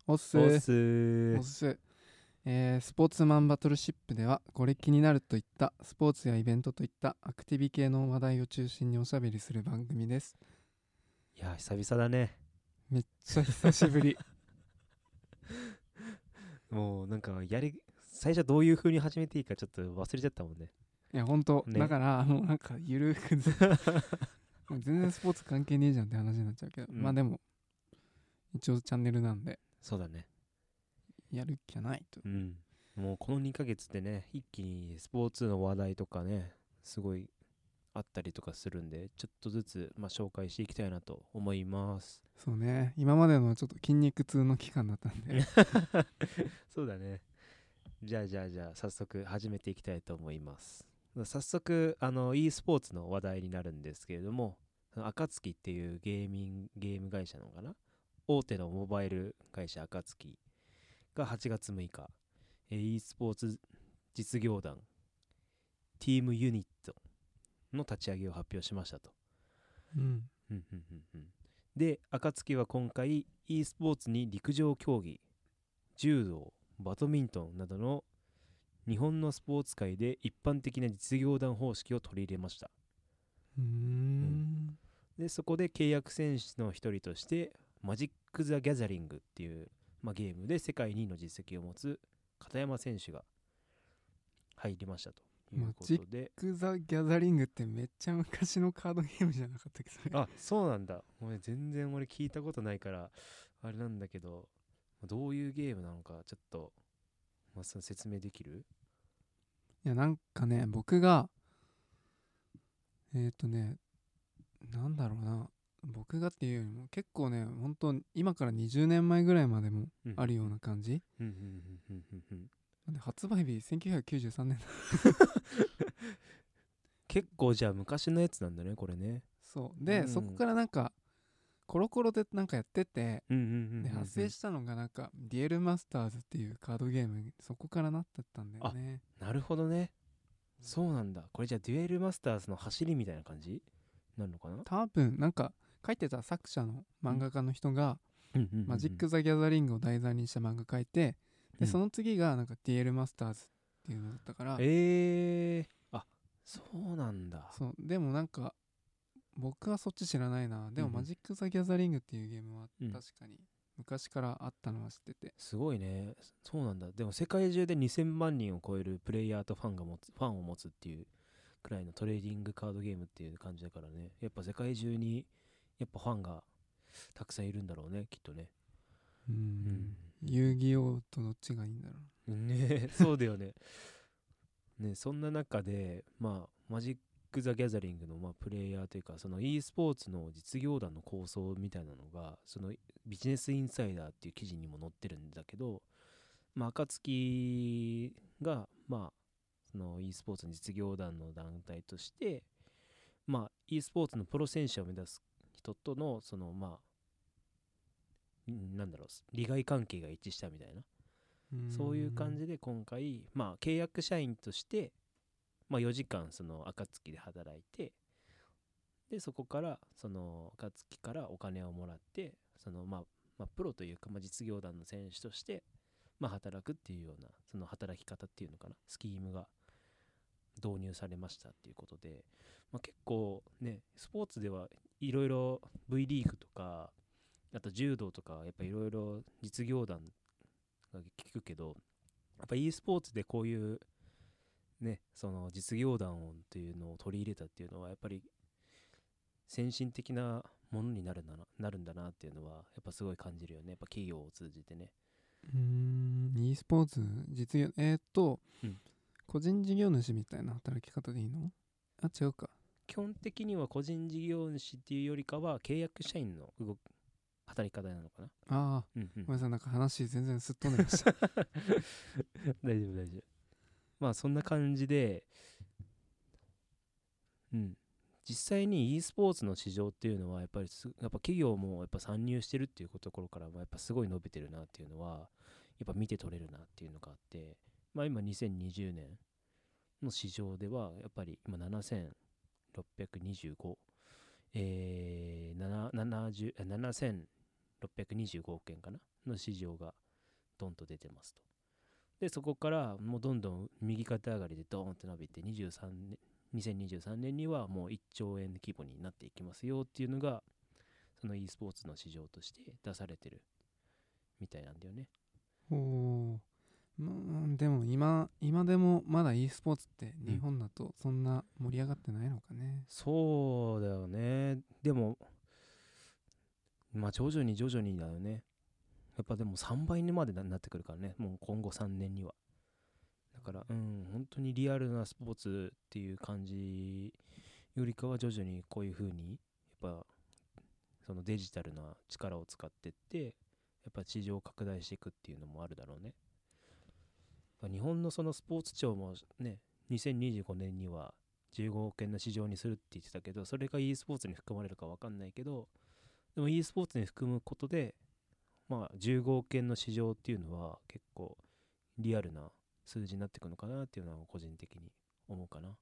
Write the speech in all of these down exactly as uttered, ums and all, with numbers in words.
おっすおっーすーおっす、えースポーツマンバトルシップではこれ気になるといったスポーツやイベントといったアクティビ系の話題を中心におしゃべりする番組です。 いや久々だね。 めっちゃ久しぶりもうなんかやり最初どういう風に始めていいかちょっと忘れちゃったもんね。 いやほんと、 ねだからもうなんかゆるくずもう全然スポーツ関係ねえじゃんって話になっちゃうけど、 うんまあでも一応チャンネルなんでそうだね。 やるっきゃないと。 うんもうこのにかげつでね一気にスポーツの話題とかねすごいあったりとかするんで、ちょっとずつまあ紹介していきたいなと思います。 そうね、今までのちょっと筋肉痛の期間だったんでそうだね。じゃあじゃあじゃあ早速始めていきたいと思います。早速あの e スポーツの話題になるんですけれども、暁っていうゲーミングゲーム会社なのかな、大手のモバイル会社暁がはちがつむいか、えー e スポーツ実業団ティームユニットの立ち上げを発表しましたと。 うんうんうんうんうんで、暁は今回 e スポーツに陸上競技、柔道、バドミントンなどの日本のスポーツ界で一般的な実業団方式を取り入れました。 うーんでそこで契約選手の一人としてマジック・ザ・ギャザリングっていう、まあ、ゲームで世界にいの実績を持つ片山選手が入りましたということで。 マジック・ザ・ギャザリングってめっちゃ昔のカードゲームじゃなかったっけそれ。 あ、そうなんだ。俺全然俺聞いたことないからあれなんだけど、どういうゲームなのかちょっとまあ説明できる？ いやなんかね、僕がえっ、ー、とねなんだろうな、僕がっていうよりも結構ね、本当今からにじゅうねんまえぐらいまでもあるような感じ。 うんうんうんうんうんうんで発売日せんきゅうひゃくきゅうじゅうさんねん結構じゃあ昔のやつなんだねこれね。 そうで、 うん、 そこからなんかコロコロでなんかやってて、 うんうんうんうんうん、 で発生したのがなんかデュエルマスターズっていうカードゲームにそこからなってったんだよね。 なるほどね。そうなんだ。これじゃあデュエルマスターズの走りみたいな感じなるのかな。 多分なんか書いてた作者の漫画家の人が、 うんうんうんうん、 マジック・ザ・ギャザリングを題材にした漫画書いて、で、 うん、 その次がなんかデュエルマスターズっていうのだったから。 えー、あ、そうなんだ。 そうでもなんか僕はそっち知らないな。でも、 うんうん、 マジック・ザ・ギャザリングっていうゲームはうん、 確かに昔からあったのは知ってて、 すごいね。そうなんだ。でも世界中でにせんまんにんを超えるプレイヤーとファンが持つファンを持つっていうくらいのトレーディングカードゲームっていう感じだからね。やっぱ世界中にやっぱファンがたくさんいるんだろうねきっとね。 うーん、 うん、 遊戯王とどっちがいいんだろね、そうだよね。ね、そんな中で、まあ、マジック・ザ・ギャザリングの、まあ、プレイヤーというか、その e スポーツの実業団の構想みたいなのが、そのビジネスインサイダーっていう記事にも載ってるんだけど、まあ、暁が、まあ、その e スポーツの実業団の団体として、まあ、e スポーツのプロ選手を目指す人との、その、まあ、なんだろう、利害関係が一致したみたいな、 う。うーんそういう感じで今回、まあ、契約社員として、まあ、よじかんその暁で働いて、でそこからその暁からお金をもらって、そのまあ、まあ、プロというか、まあ、実業団の選手として、まあ、働くっていうようなその働き方っていうのかな、スキームが導入されましたっていうことで、まあ、結構ねスポーツではいろいろ V リーグとか、あと柔道とかやっぱいろいろ実業団が聞くけど、やっぱ e スポーツでこういうね、その実業団っていうのを取り入れたっていうのはやっぱり先進的なものになるんだな、なるんだなっていうのはやっぱすごい感じるよね。やっぱ企業を通じてね。 うーん e スポーツ実業えー、っと、 うん、 個人事業主みたいな働き方でいいの？あ、違うか。 基本的には個人事業主っていうよりかは契約社員の動く働き方なのかな。 ああ、 うんうん、 ごめんなさい、なんか話全然すっ飛んでました大丈夫大丈夫。まあそんな感じで、うん、実際に e スポーツの市場っていうのはやっぱりすやっぱ企業もやっぱ参入してるっていうところからもやっぱすごい伸びてるなっていうのはやっぱ見て取れるなっていうのがあって、まあ今にせんにじゅうねんの市場ではやっぱり今ななせんろっぴゃくにじゅうご、えー、なななななせんろろっぴゃくにじゅうごおくえんかなの市場がドンと出てますと。でそこからもうどんどん右肩上がりでドーンって伸びてにじゅうさんねんにせんにじゅうさんねんにはもういっちょうえん規模になっていきますよっていうのがその e スポーツの市場として出されてるみたいなんだよね。 おお、まあ、でも今今でもまだ e スポーツって日本だとそんな盛り上がってないのかね。 そうだよね。でもまあ徐々に徐々にだよね。やっぱでもさんばいにまでななってくるからね、もう今後さんねんには。だからうん本当にリアルなスポーツっていう感じよりかは徐々にこういう風にやっぱそのデジタルな力を使ってってやっぱ市場を拡大していくっていうのもあるだろうね。日本のそのスポーツ庁もねにせんにじゅうごねんにはじゅうごおくえんの市場にするって言ってたけど、それが e スポーツに含まれるか分かんないけど、でも e スポーツに含むことでまあじゅうごおくえんの市場っていうのは結構リアルな数字になっていくのかなっていうのは個人的に思うかな。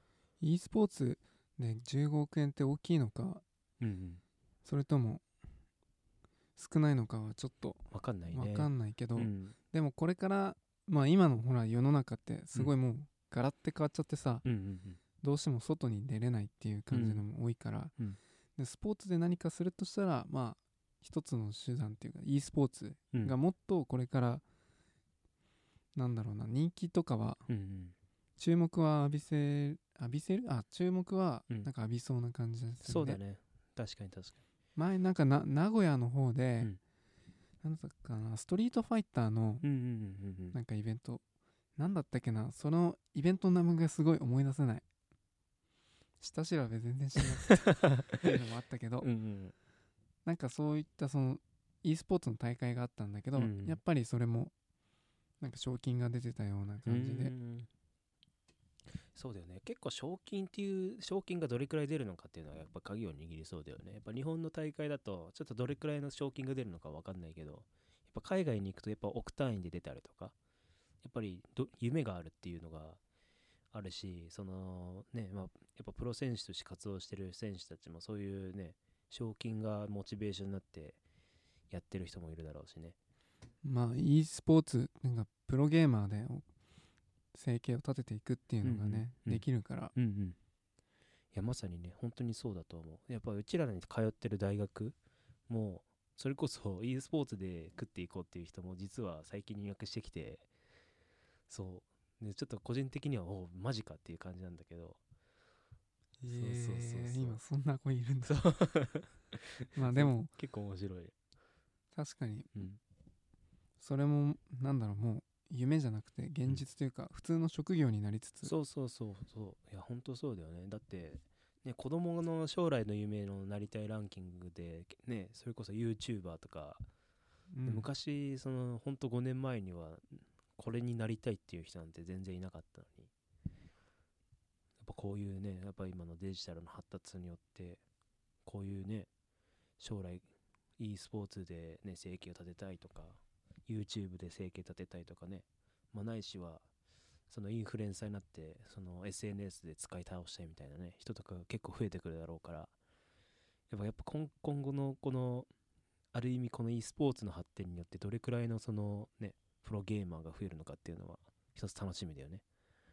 e スポーツでじゅうごおくえんって大きいのか、 うんうんそれとも少ないのかはちょっと分かんないね。 分かんないけど、 うんでもこれからまあ今のほら世の中ってすごいもうガラッて変わっちゃってさ、 うんうんどうしても外に出れないっていう感じのも多いから、 うんうんでスポーツで何かするとしたらまあ一つの手段っていうか e スポーツうんがもっとこれからなんだろうな、人気とかはうんうん注目は浴びせ浴びせるあ注目はうんなんか浴びそうな感じでするね。 そうだね。確かに確か前なんかな名古屋の方で、 うんなんだったかな、ストリートファイターのに。うんうんうんうんなんかイベント、なんだったっけな、そのイベントの名前がすごい思い出せない。下調べ全然しなくてっていうのもあったけど、 うんうんなんかそういったその e スポーツの大会があったんだけど、 うんやっぱりそれもなんか賞金が出てたような感じで、 うん。そうだよね。結構賞金っていう賞金がどれくらい出るのかっていうのはやっぱ鍵を握りそうだよね。やっぱ日本の大会だとちょっとどれくらいの賞金が出るのか分かんないけど、やっぱ海外に行くとやっぱ億単位で出たりとか、やっぱりど夢があるっていうのがあるし、そのね、まあ、やっぱプロ選手として活動してる選手たちもそういうね賞金がモチベーションになってやってる人もいるだろうしね。 まあ e スポーツなんかプロゲーマーで生計を立てていくっていうのがね、 うんうんうんできるから、 うんうん。いやまさにね本当にそうだと思う。やっぱうちらに通ってる大学もそれこそ e スポーツで食っていこうっていう人も実は最近入学してきて、そうでちょっと個人的にはおマジかっていう感じなんだけど、 えそうそうそうそう今そんな子いるんだ。 そうまあでも結構面白い。 確かにうんそれもなんだろう、もう夢じゃなくて現実というか普通の職業になりつつ、 そうそうそうそういや本当そうだよね。だってね子供の将来の夢のなりたいランキングでねそれこそ YouTuber とか、 うんで昔そのほんとごねんまえにはこれになりたいっていう人なんて全然いなかったのに、やっぱこういうねやっぱ今のデジタルの発達によってこういうね将来 e スポーツでね生計を立てたいとか YouTube で生計立てたいとかね、まあ、ないしはそのインフルエンサーになってその エスエヌエス で使い倒したいみたいなね人とかが結構増えてくるだろうから、やっぱやっぱ今今後のこのある意味この e スポーツの発展によってどれくらいのそのねプロゲーマーが増えるのかっていうのは一つ楽しみだよね。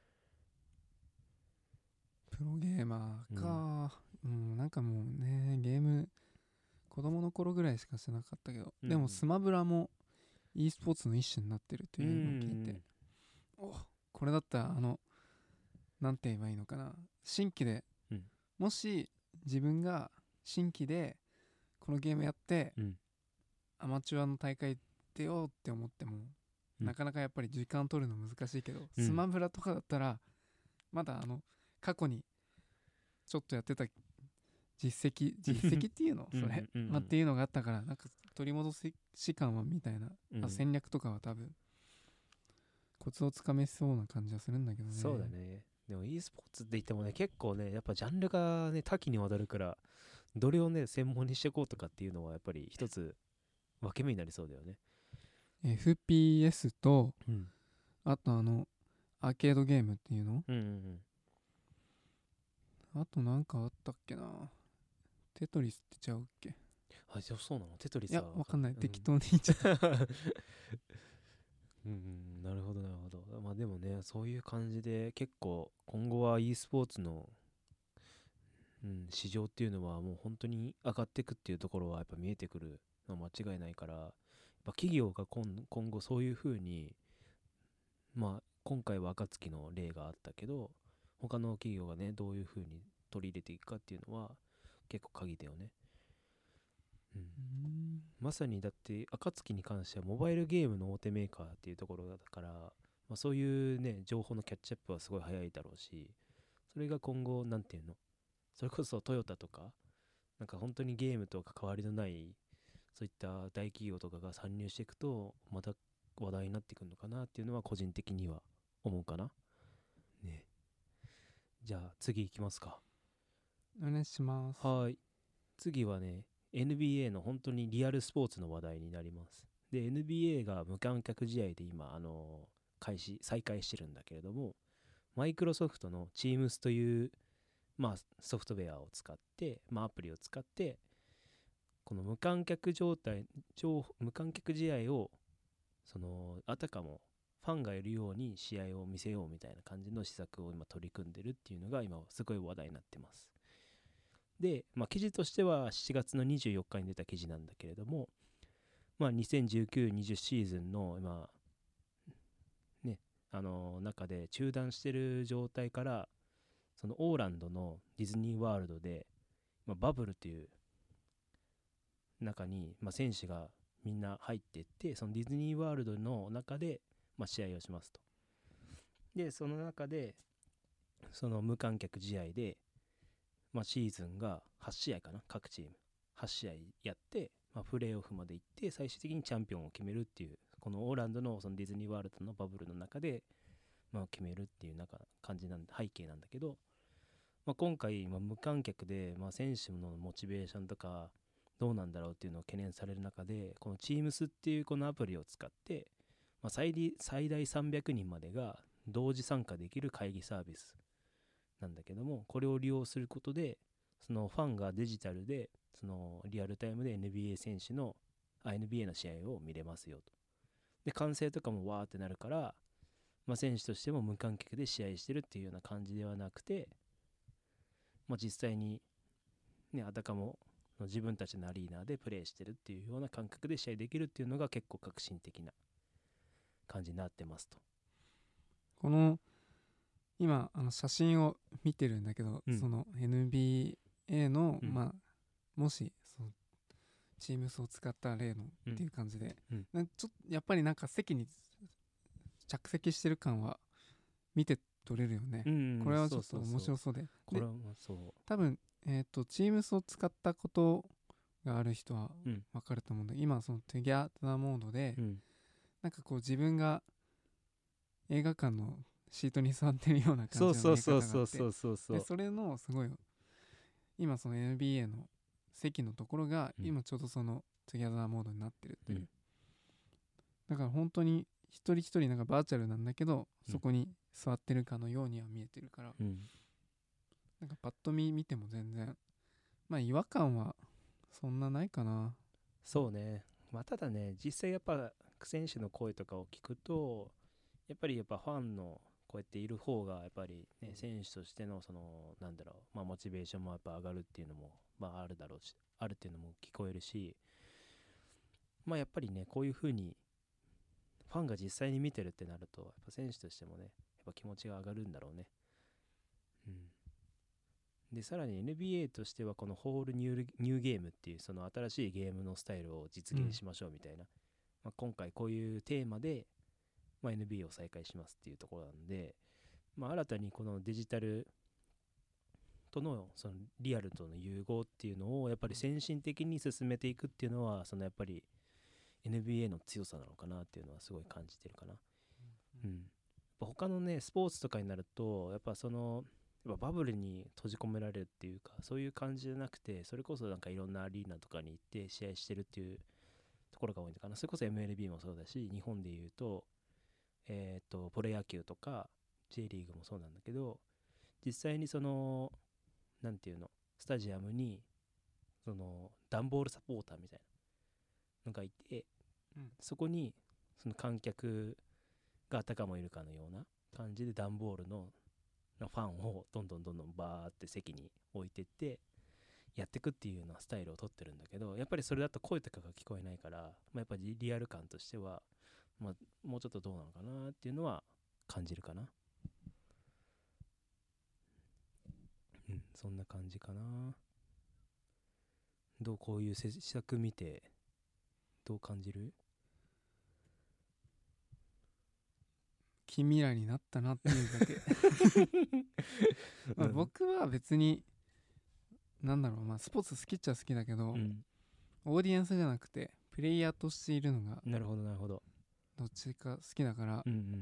プロゲーマーか、うん、なんかもうねゲーム子供の頃ぐらいしかしてなかったけど、 うんでもスマブラも e スポーツの一種になってるというのを聞いて、 うんおこれだったらあのなんて言えばいいのかな、新規で、 うんもし自分が新規でこのゲームやってうんアマチュアの大会出ようって思っても、 うんなかなかやっぱり時間取るの難しいけど、 うんスマブラとかだったらまだあの過去にちょっとやってた実績実績っていうのそれ、 うんうんうんまあ、っていうのがあったから、なんか取り戻し感はみたいな、 うんあ戦略とかは多分コツをつかめそうな感じはするんだけどね。 そうだね。でも e スポーツって言ってもね結構ねやっぱジャンルがね多岐にわたるから、どれをね専門にしていこうとかっていうのはやっぱり一つ分け目になりそうだよね。 エフピーエス とうんあとあのアーケードゲームっていうの、 うんうんあとなんかあったっけな、テトリスってちゃうっけ。 あ、じゃあそうなの？テトリいやスはわかんない、 うん適当に言っちゃった。 うんうん、なるほどなるほど。まあでもね、そういう感じで結構今後は e スポーツの、うん、市場っていうのはもう本当に上がっていくっていうところはやっぱ見えてくるのは間違いないから、やっぱ企業が今今後そういうふうに、まあ今回は暁の例があったけど、他の企業がね、どういうふうに取り入れていくかっていうのは結構鍵だよね。うん。 うーんまさにだって暁に関してはモバイルゲームの大手メーカーっていうところだから、まあ、そういうね情報のキャッチアップはすごい早いだろうし、それが今後なんていうの、それこそトヨタとかなんか本当にゲームと関わりのないそういった大企業とかが参入していくとまた話題になってくるのかなっていうのは個人的には思うかな。ね。じゃあ次行きますか。 お願いします。 はーい。次はね、エヌビーエー の本当にリアルスポーツの話題になります。で、エヌビーエー が無観客試合で今、あの開始、再開してるんだけれども、マイクロソフトの Teams という、まあ、ソフトウェアを使って、まあ、アプリを使って、この無観客状態、無観客試合を、その、あたかもファンがいるように試合を見せようみたいな感じの施策を今取り組んでるっていうのが今すごい話題になってます。で、まあ、記事としてはしちがつのにじゅうよっかに出た記事なんだけれども、まあ、にせんじゅうきゅう、にじゅうシーズンの、まあ、ね、あの中で中断してる状態から、そのオーランドのディズニーワールドで、まあ、バブルという中に、まあ、選手がみんな入っていって、そのディズニーワールドの中で、まあ、試合をしますと。で、その中で、その無観客試合で、まあ、シーズンがはち試合かな、各チームはち試合やって、まあ、プレーオフまで行って最終的にチャンピオンを決めるっていう、このオーランドのそのディズニーワールドのバブルの中で、まあ、決めるっていうなんか感じなんで背景なんだけど、まあ、今回、まあ、無観客で、まあ、選手のモチベーションとかどうなんだろうっていうのを懸念される中で、この Teams っていうこのアプリを使って、まあ、最大最大さんびゃくにんまでが同時参加できる会議サービスなんだけども、これを利用することでそのファンがデジタルでそのリアルタイムで エヌビーエー 選手のあ エヌビーエー の試合を見れますよと。で歓声とかもわーってなるから、まあ、選手としても無観客で試合してるっていうような感じではなくて、まあ、実際にねあたかも自分たちのアリーナでプレーしてるっていうような感覚で試合できるっていうのが結構革新的な感じになってますと。 この今あの写真を見てるんだけど、 うん、 その エヌビーエー の、 うん、 まあもしその Teams を使った例のうんっていう感じで、 うん、 なんかちょっとやっぱりなんか席に着席してる感は見て取れるよね。 うん、 これはちょっとそうそうそう、 面白そうで、でこれはそう、 多分えっ、と Teams を使ったことがある人はうん、 分かると思うんだけど、今その Together モードで、 うん、 なんかこう自分が映画館のシートに座ってるような感そうじの見えそう方があって、 そうそうそうそうそう、 でそれのすごい今その エヌビーエー の席のところがうん、 今ちょうどその Together モードになってるという、 うん、 だから本当に一人一人なんかバーチャルなんだけど、 うんそこに座ってるかのようには見えてるから、 うん、 なんかパッと見見ても全然まあ違和感はそんなないかな。 そうね。まあただね、実際やっぱ選手の声とかを聞くと、やっぱりやっぱファンのこうやっている方がやっぱりね、選手としてのそのなんだろう、まあモチベーションもやっぱ上がるっていうのもまああるだろうし、あるっていうのも聞こえるし、まあやっぱりね、こういう風にファンが実際に見てるってなると、やっぱ選手としてもね、やっぱ気持ちが上がるんだろうね。うん。で、さらに エヌビーエー としてはこのホールニューニューゲームっていうその新しいゲームのスタイルを実現しましょうみたいな、まあ、今回こういうテーマで、まあ、エヌビーエー を再開しますっていうところなんで、まあ、新たにこのデジタルとのそのリアルとの融合っていうのをやっぱり先進的に進めていくっていうのは、そのやっぱり エヌビーエー の強さなのかなっていうのはすごい感じてるかな。うん。やっぱ他のねスポーツとかになるとやっぱそのやっぱバブルに閉じ込められるっていうか、そういう感じじゃなくて、それこそなんかいろんなアリーナとかに行って試合してるっていうところが多いのかな。それこそ エムエルビー もそうだし、日本でいうとえっとプロ野球とか J リーグもそうなんだけど、実際にそのなんていうの、スタジアムにその段ボールサポーターみたいなのがいて、 うん、 そこにその観客があたかもいるかのような感じで段ボールのファンをどんどんどんどんバーって席に置いてってやってくっていうようなスタイルを取ってるんだけど、やっぱりそれだと声とかが聞こえないから、まあ、やっぱりリアル感としては、まあ、もうちょっとどうなのかなっていうのは感じるかな。うん、そんな感じかな。どう、こういう施策見てどう感じる？ 近未来になったなっていうだけまあ僕は別になんだろう、まあスポーツ好きっちゃ好きだけど、 うん、 オーディエンスじゃなくてプレイヤーとしているのがなるほどなるほど。 どっちか好きだから、 うんうんうんうん。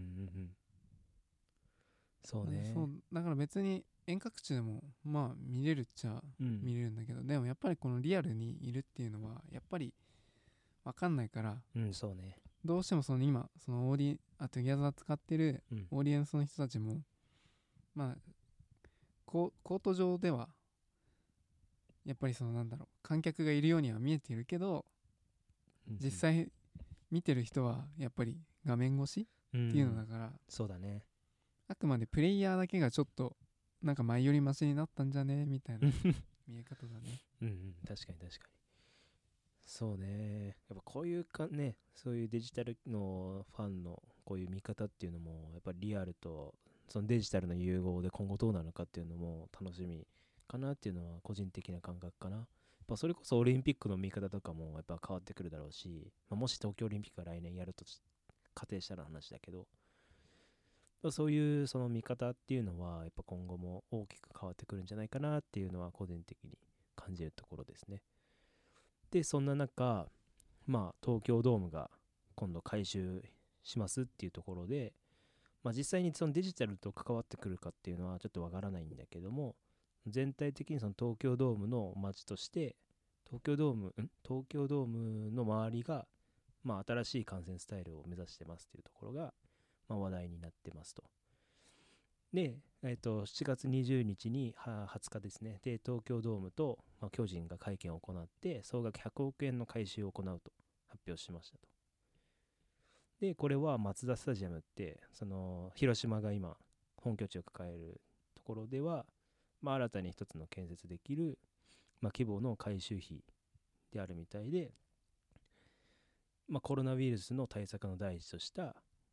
そうね。 そうだから別に遠隔地でもまあ見れるっちゃうん見れるんだけど、でもやっぱりこのリアルにいるっていうのはやっぱり分かんないから、 うんそうね。 どうしてもその今そのオーディあとギャザー使ってるうんオーディエンスの人たちもまあココート上ではやっぱりそのなんだろう観客がいるようには見えているけど、 うんうん、 実際見てる人はやっぱり画面越しっていうのだから、 そうだね。 あくまでプレイヤーだけがちょっとなんか前よりマシになったんじゃねみたいな見え方だね。 うんうん確かに確かに。そうね。やっぱこういうかね、そういうデジタルのファンのこういう見方っていうのもやっぱりリアルとそのデジタルの融合で今後どうなるのかっていうのも楽しみかなっていうのは個人的な感覚かな。やっぱそれこそオリンピックの見方とかもやっぱ変わってくるだろうし、まあ、もし東京オリンピックが来年やると仮定したら話だけど、そういうその見方っていうのはやっぱ今後も大きく変わってくるんじゃないかなっていうのは個人的に感じるところですね。でそんな中、まあ東京ドームが今度改修しますっていうところで、まあ、実際にそのデジタルと関わってくるかっていうのはちょっとわからないんだけども、全体的にその東京ドームの街として東京ドームん東京ドームの周りが、まあ、新しい観戦スタイルを目指してますっていうところが、まあ、話題になってますと。で、えー、としちがつにじゅうにちにははつかですね、で東京ドームと、まあ、巨人が会見を行って総額ひゃくおくえんの改修を行うと発表しましたと。でこれはマツダスタジアムってその広島が今本拠地を抱えるところでは、まあ、新たに一つの建設できる、まあ、規模の改修費であるみたいで、まあ、コロナウイルスの対策の第一とした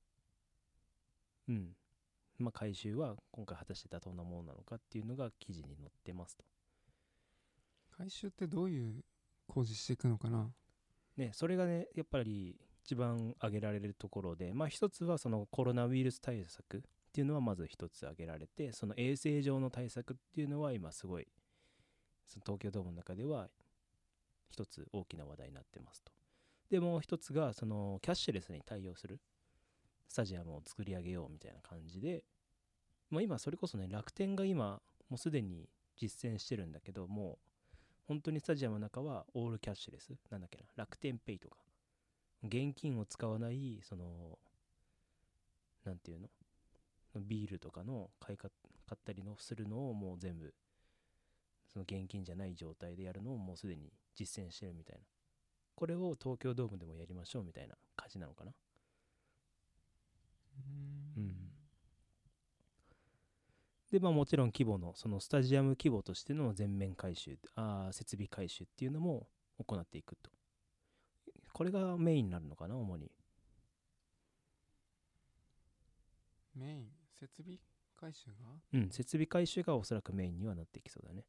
うんまあ、回収は今回果たして妥当なものなのかっていうのが記事に載ってますと。 回収ってどういう工事していくのかな。 ね、それがね、やっぱり一番挙げられるところで、まあ一つはそのコロナウイルス対策っていうのはまず一つ挙げられて、その衛生上の対策っていうのは今すごい、その東京ドームの中では一つ大きな話題になってますと。でもう一つがそのキャッシュレスに対応するスタジアムを作り上げようみたいな感じで、まあ、今それこそね楽天が今もうすでに実践してるんだけど、もう本当にスタジアムの中はオールキャッシュレスなんだっけな、楽天ペイとか現金を使わないそのなんていうのビールとかの買いか買ったりのするのをもう全部その現金じゃない状態でやるのをもうすでに実践してるみたいな、これを東京ドームでもやりましょうみたいな感じなのかな。 うーんうんでまあ、もちろん規模のそのスタジアム規模としての全面改修あ設備改修っていうのも行っていくと。これがメインになるのかな主に。 メイン設備回収がうん設備改修がおそらくメインにはなっていきそうだね。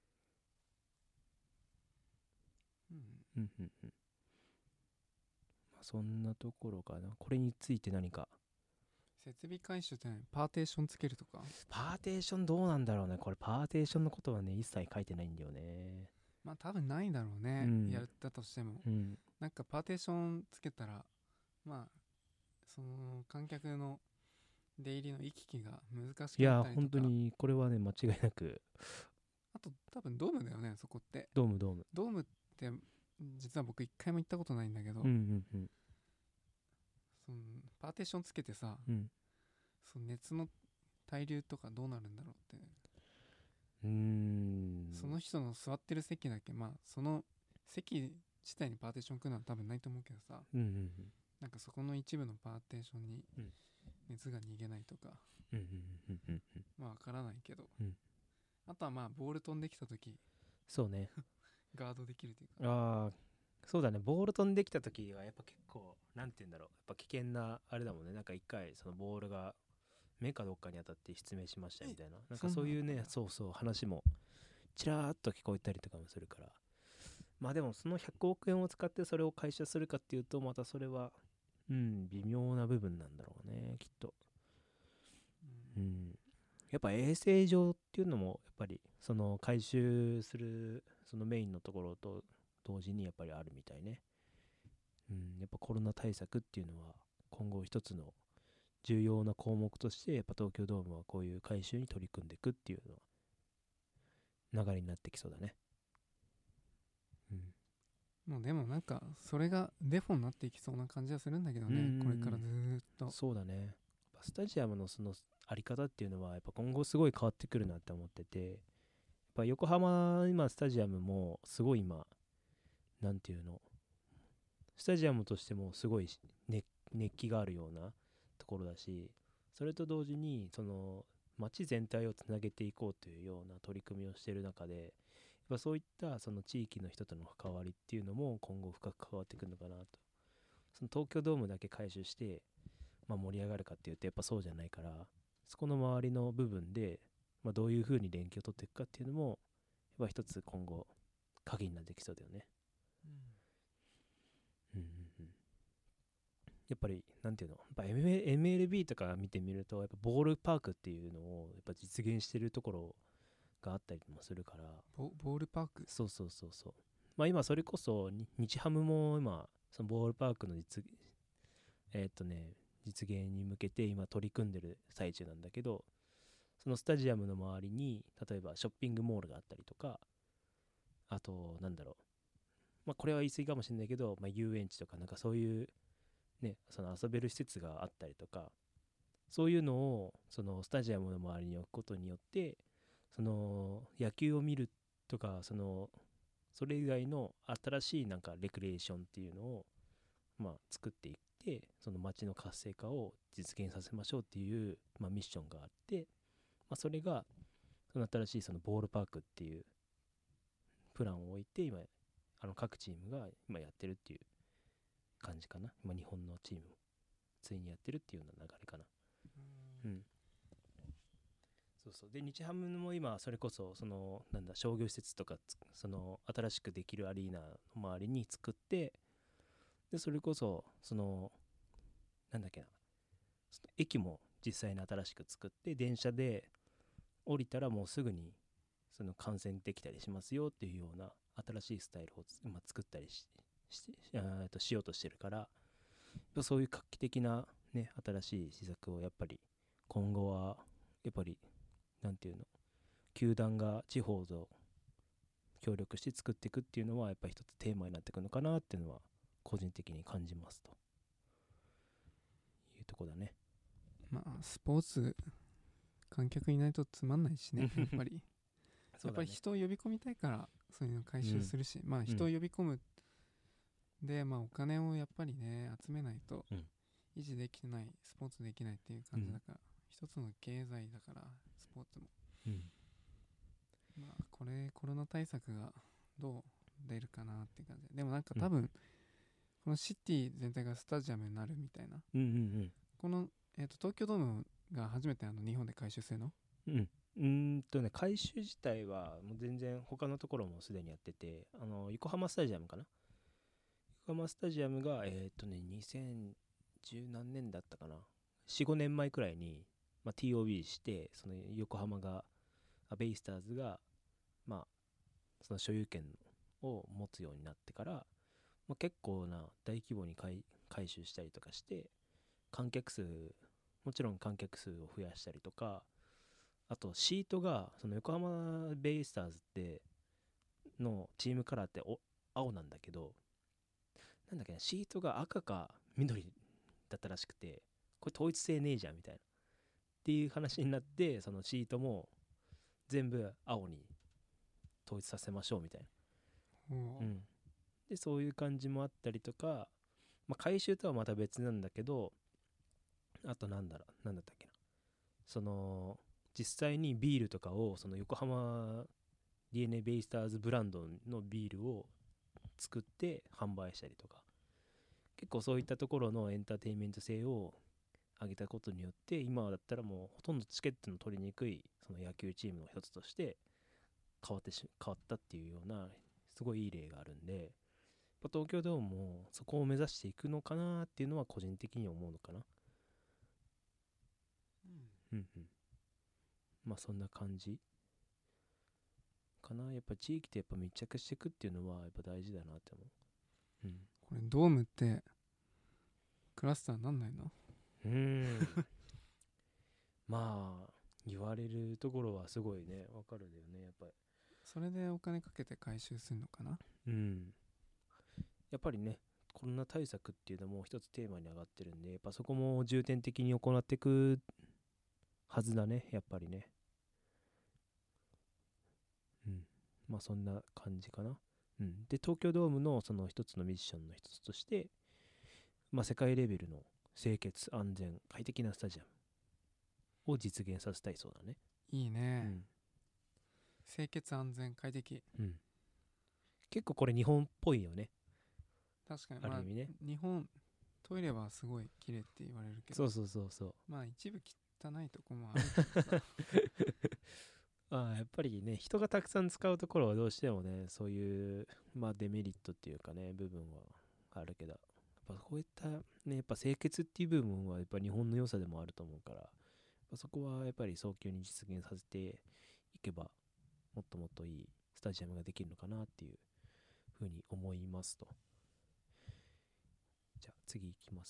うんうんうんうん、まあ、そんなところかな。これについて何か設備回収って何、パーテーションつけるとか。 パーテーションどうなんだろうね。これパーテーションのことはね一切書いてないんだよね。 まあ多分ないだろうね、 うんやったとしても。 うんなんかパーテーションつけたらまあその観客の出入りの行き来が難しいやくなったりとか。 本当にこれはね間違いなくあと多分ドームだよね、そこって。 ドームドームドームって実は僕一回も行ったことないんだけど、 うんうんうんそのパーテーションつけてさ、 うんその熱の対流とかどうなるんだろうって。 うーんその人の座ってる席だけまあその席自体にパーテーション組むのは多分ないと思うけどさ、 うんうんうんなんかそこの一部のパーテーションにうん熱が逃げないとか、 うんうんうんうんうん。 まあわからないけど、 うんあとはまあボール飛んできた時そうね。 ガードできるというか、 ああ、そうだね。ボール飛んできた時はやっぱ結構なんて言うんだろう。やっぱ危険なあれだもんね。なんか一回そのボールが目かどっかに当たって失明しましたみたいな、なんかそういうね、そうそう話もちらーっと聞こえたりとかもするから、まあでもそのひゃくおくえんを使ってそれを回収するかっていうと、またそれはうん微妙な部分なんだろうね、きっと。 ううんん、やっぱ衛生上っていうのもやっぱりその回収するそのメインのところと同時にやっぱりあるみたいね。うん、やっぱコロナ対策っていうのは今後一つの重要な項目としてやっぱ東京ドームはこういう回収に取り組んでいくっていうのは流れになってきそうだね。うん。 もうでもなんかそれがデフォになっていきそうな感じはするんだけどね、 うんうんうんこれからずーっと。 そうだね。やっぱスタジアムのそのあり方っていうのはやっぱ今後すごい変わってくるなって思ってて、やっぱ横浜今スタジアムもすごい今なんていうの、スタジアムとしてもすごい熱熱気があるようなところだし、それと同時にその街全体をつなげていこうというような取り組みをしている中で、やっぱそういったその地域の人との関わりっていうのも今後深く関わってくるのかなと。その東京ドームだけ回収して、まあ、盛り上がるかっていうとやっぱそうじゃないから、そこの周りの部分で、まあ、どういう風に連携を取っていくかっていうのもやっぱ一つ今後鍵になってきそうだよね。うんうんうん。やっぱりなんていうの、やっぱ エムエルビー とか見てみるとやっぱボールパークっていうのをやっぱ実現してるところがあったりもするから。 ボボールパーク。 そうそうそうそう。まあ今それこそに日ハムも今そのボールパークの実えーっとね実現に向けて今取り組んでる最中なんだけど、そのスタジアムの周りに例えばショッピングモールがあったりとか、あとなんだろう、まあこれは言い過ぎかもしれないけど、まあ、遊園地とかなんかそういうね、その遊べる施設があったりとか、そういうのをそのスタジアムの周りに置くことによって、その野球を見るとか、そのそれ以外の新しいなんかレクリエーションっていうのをまあ作っていって、その街の活性化を実現させましょうっていう、まあ、ミッションがあって、まあ、それがその新しいそのボールパークっていうプランを置いて今あの各チームが今やってるっていう感じかな。今日本のチームついにやってるっていうような流れかな。うん。そうそう。で、日ハムも今、それこそ、その、なんだ、商業施設とか、その、新しくできるアリーナの周りに作って、で、それこそ、その、なんだっけな、その駅も実際に新しく作って、電車で降りたらもうすぐに、その、観戦できたりしますよっていうような、新しいスタイルを今作ったりし、しあとしようとしてるから、そういう画期的な、ね、新しい施策をやっぱり今後はやっぱりなんていうの、球団が地方と協力して作っていくっていうのはやっぱり一つテーマになってくるのかなっていうのは個人的に感じますというとこだね。 まあスポーツ観客いないとつまんないしねやっぱりやっぱり人を呼び込みたいからそういうの回収するし、うん、まあ人を呼び込む、うん、でまあお金をやっぱりね集めないと維持できない、スポーツできないっていう感じだから、うん、一つの経済だからスポーツも、うん、まあこれコロナ対策がどう出るかなって感じで、でもなんか多分、うん、このシティ全体がスタジアムになるみたいな、 うんうんうん、 この、えーと、東京ドームが初めてあの日本で回収するの？ うんうんとね、回収自体はもう全然他のところもすでにやってて、あの横浜スタジアムかな、横浜スタジアムがえっとねにせんじゅう何年だったかな、よん、ごねんまえくらいに、まあ、ティーオービー してその横浜がベイスターズがまあその所有権を持つようになってから、まあ、結構な大規模に回回収したりとかして観客数もちろん観客数を増やしたりとか、あとシートがその横浜ベイスターズってのチームカラーってお青なんだけど、なんだっけな、シートが赤か緑だったらしくて、これ統一性ねえじゃんみたいなっていう話になって、そのシートも全部青に統一させましょうみたいな、うん、 でそういう感じもあったりとか、まあ、回収とはまた別なんだけど、あとなんだろうなんだったっけな、その実際にビールとかをその横浜 ディーエヌエー ベイスターズブランドのビールを作って販売したりとか、結構そういったところのエンターテインメント性を上げたことによって、今だったらもうほとんどチケットの取りにくいその野球チームの一つとして変わってし変わったっていうようなすごいいい例があるんで、やっぱ東京ドームもそこを目指していくのかなっていうのは個人的に思うのかな。うんうん。まあそんな感じかな。やっぱ地域とやっぱ密着していくっていうのはやっぱ大事だなって思う。うん。 これドームってクラスターなんないの？ うーんまあ言われるところはすごいねわかるんだよねやっぱり。 それでお金かけて回収するのかな。 うんやっぱりねコロナ対策っていうのも一つテーマに上がってるんで、やっぱそこも重点的に行っていくはずだねやっぱりね。うんまあそんな感じかな。うんで東京ドームのその一つのミッションの一つとして、まあ世界レベルの清潔安全快適なスタジアムを実現させたいそうだね。 いいうね、 ん清潔安全快適。 うん結構これ日本っぽいよね、 確かにまあある意味ね。 日本トイレはすごい綺麗って言われるけど、 そうそうそうそうまあ一部汚いとこもあるけどさああやっぱりね人がたくさん使うところはどうしてもねそういうまあデメリットっていうかね部分はあるけど、やっぱこういったねやっぱ清潔っていう部分はやっぱ日本の良さでもあると思うから、やっぱそこはやっぱり早急に実現させていけばもっともっといいスタジアムができるのかなっていうふうに思いますと。じゃあ次いきます。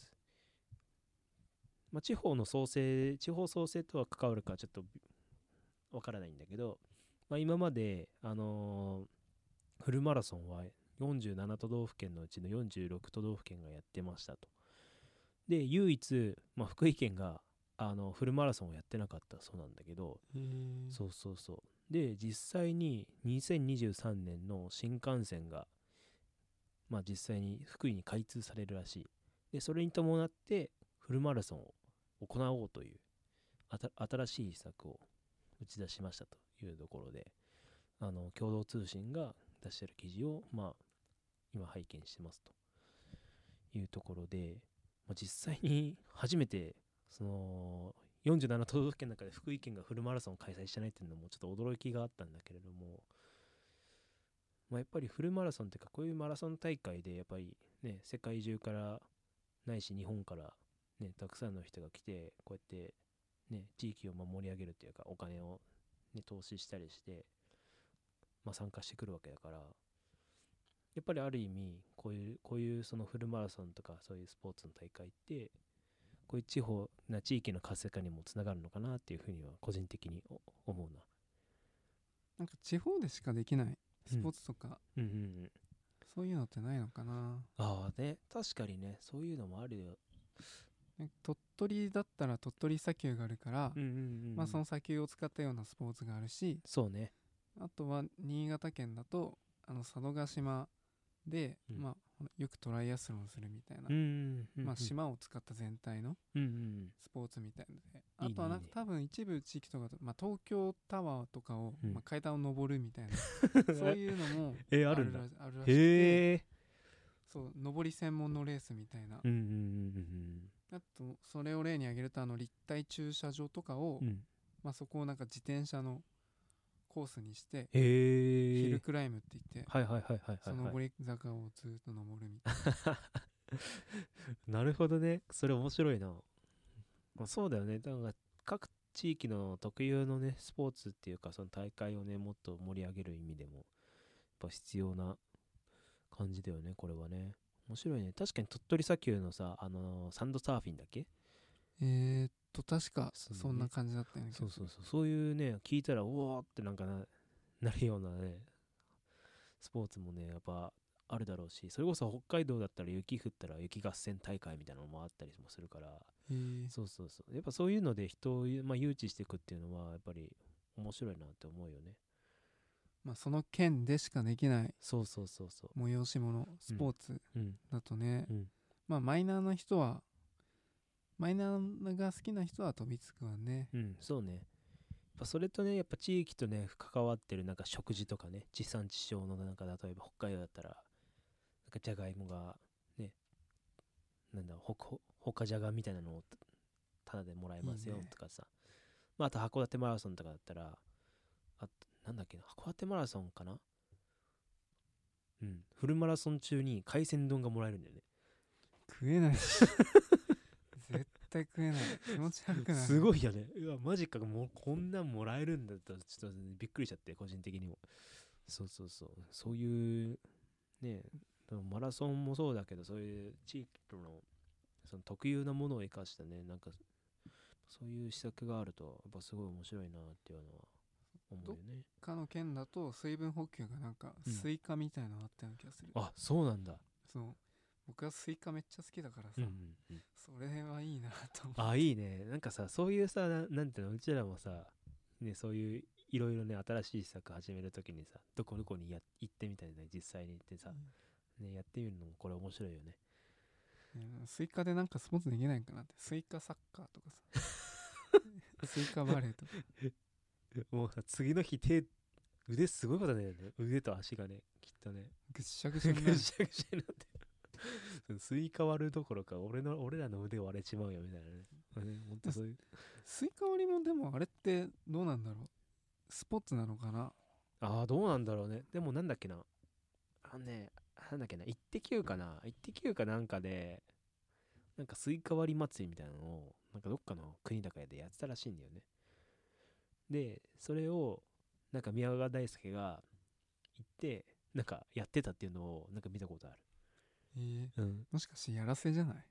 まあ、地方の創生地方創生とは関わるかちょっとわからないんだけど、まあ、今まで、あのーフルマラソンはよんじゅうなな都道府県のうちのよんじゅうろく都道府県がやってましたと。で唯一、まあ、福井県があのフルマラソンをやってなかったそうなんだけど、 へーそうそうそう。で実際ににせんにじゅうさんねんの新幹線が、まあ、実際に福井に開通されるらしい。でそれに伴ってフルマラソンを行おうというあた新しい施策を打ち出しましたというところで、あの共同通信が出している記事を、まあ、今拝見してますというところで、まあ、実際に初めてそのよんじゅうなな都道府県の中で福井県がフルマラソンを開催してないっていうのもちょっと驚きがあったんだけれども、まあ、やっぱりフルマラソンっていうかこういうマラソン大会でやっぱりね世界中からないし日本からねたくさんの人が来てこうやってね地域を盛り上げるっていうかお金を、ね、投資したりして、まあ、参加してくるわけだから、やっぱりある意味こういうこういうそのフルマラソンとかそういうスポーツの大会ってこういう地方な地域の活性化にもつながるのかなっていうふうには個人的に思うな。 なんか地方でしかできないスポーツとか、 うんうんうんそういうのってないのかな。 ああね確かにねそういうのもあるよ。 ね鳥取だったら鳥取砂丘があるから、 うんうんうんうんまあその砂丘を使ったようなスポーツがあるし、 そうねあとは新潟県だとあの佐渡島で、 うんまあよくトライアスロンするみたいな、 うんうんうんうんまあ島を使った全体のうんうんスポーツみたいので、 いいねあとはなんかいいね多分一部地域とかと、まあ、東京タワーとかを、 うんまあ、階段を登るみたいなそういうのもえあるんだあるらあるらしくて、 へえそう上り専門のレースみたいな、 うんうんうんあとそれを例に挙げるとあの立体駐車場とかを、 うんうんまあ、そこをなんか自転車のコースにしてへえヒルクライムって言って、 はいはいはいはいそはい、はの上り坂をずっと登るみたいい、なるほどねそれ面白いな、まあ、そうだよねだから各地域の特有のねスポーツっていうかその大会をねもっと盛り上げる意味でもやっぱ必要な感じだよねこれはね。面白いね。確かに鳥取砂丘のさあのーサンドサーフィンだっけ。 えーっと確かそうねそんな感じだったよね。 そうそうそうそういうね聞いたらうおーってなんかななるようなねスポーツもねやっぱあるだろうし、それこそ北海道だったら雪降ったら雪合戦大会みたいなのもあったりもするから、 へーそうそうそうやっぱそういうので人を、まあ、誘致していくっていうのはやっぱり面白いなって思うよね。 まあその県でしかできないそうそうそうそ催し物スポーツう。うんだとね、 うんまあマイナーな人はマイナーが好きな人は飛びつくわね。 うんそうね。やっぱそれとねやっぱ地域とね関わってるなんか食事とかね、地産地消のなんか例えば北海道だったらなんかじゃがいもがね、なんだほほほかじゃがみたいなのをタダでもらえますよいいねとかさ、まあ、あと函館マラソンとかだったら、あとなんだっけな、函館マラソンかな、うん、フルマラソン中に海鮮丼がもらえるんだよね。 食えないし絶対食えない、気持ち悪くなる。 すごいよね。うわマジか、もうこんなんもらえるんだとちょっとびっくりしちゃって、個人的にも。そうそうそう、そういうね、マラソンもそうだけど、そういう地域とのその特有なものを生かしたね、なんかそういう施策があるとやっぱすごい面白いなっていうのは思うよね。 他の県だと水分補給がなんかうんスイカみたいなのあったような気がする、 あ、そうなんだ。 そう僕はスイカめっちゃ好きだからさ、 うんうんうん。 それはいいなと思う。 あ、いいね。なんかさ、そういうさ、な、なんていうの、うちらもさ、ね、そういういろいろね、新しい施策始めるときにさ、どこどこにや行ってみたいな、実際に行ってさ、ね、やってみるのもこれ面白いよね。 うんスイカでなんかスポーツできないかなって、スイカサッカーとかさスイカバレーとかもうさ、次の日手、腕すごいことだよね。腕と足がね、きっとね。 ぐっしゃぐしゃになるぐしゃぐしゃになってる。スイカ割るどころか、俺の、俺らの腕割れちまうよ、みたいなね。ねほんとそういう。 スイカ割りもでもあれってどうなんだろう、スポーツなのかな。 ああ、どうなんだろうね。でもなんだっけな。あのね、なんだっけな、イッテ Q かな、イッテ Q かなんかで、なんかスイカ割り祭りみたいなのを、なんかどっかの国だかでやってたらしいんだよね。で、それを、なんか宮川大輔が行って、なんかやってたっていうのを、なんか見たことある。 えー、 うん。 もしかしてやらせじゃない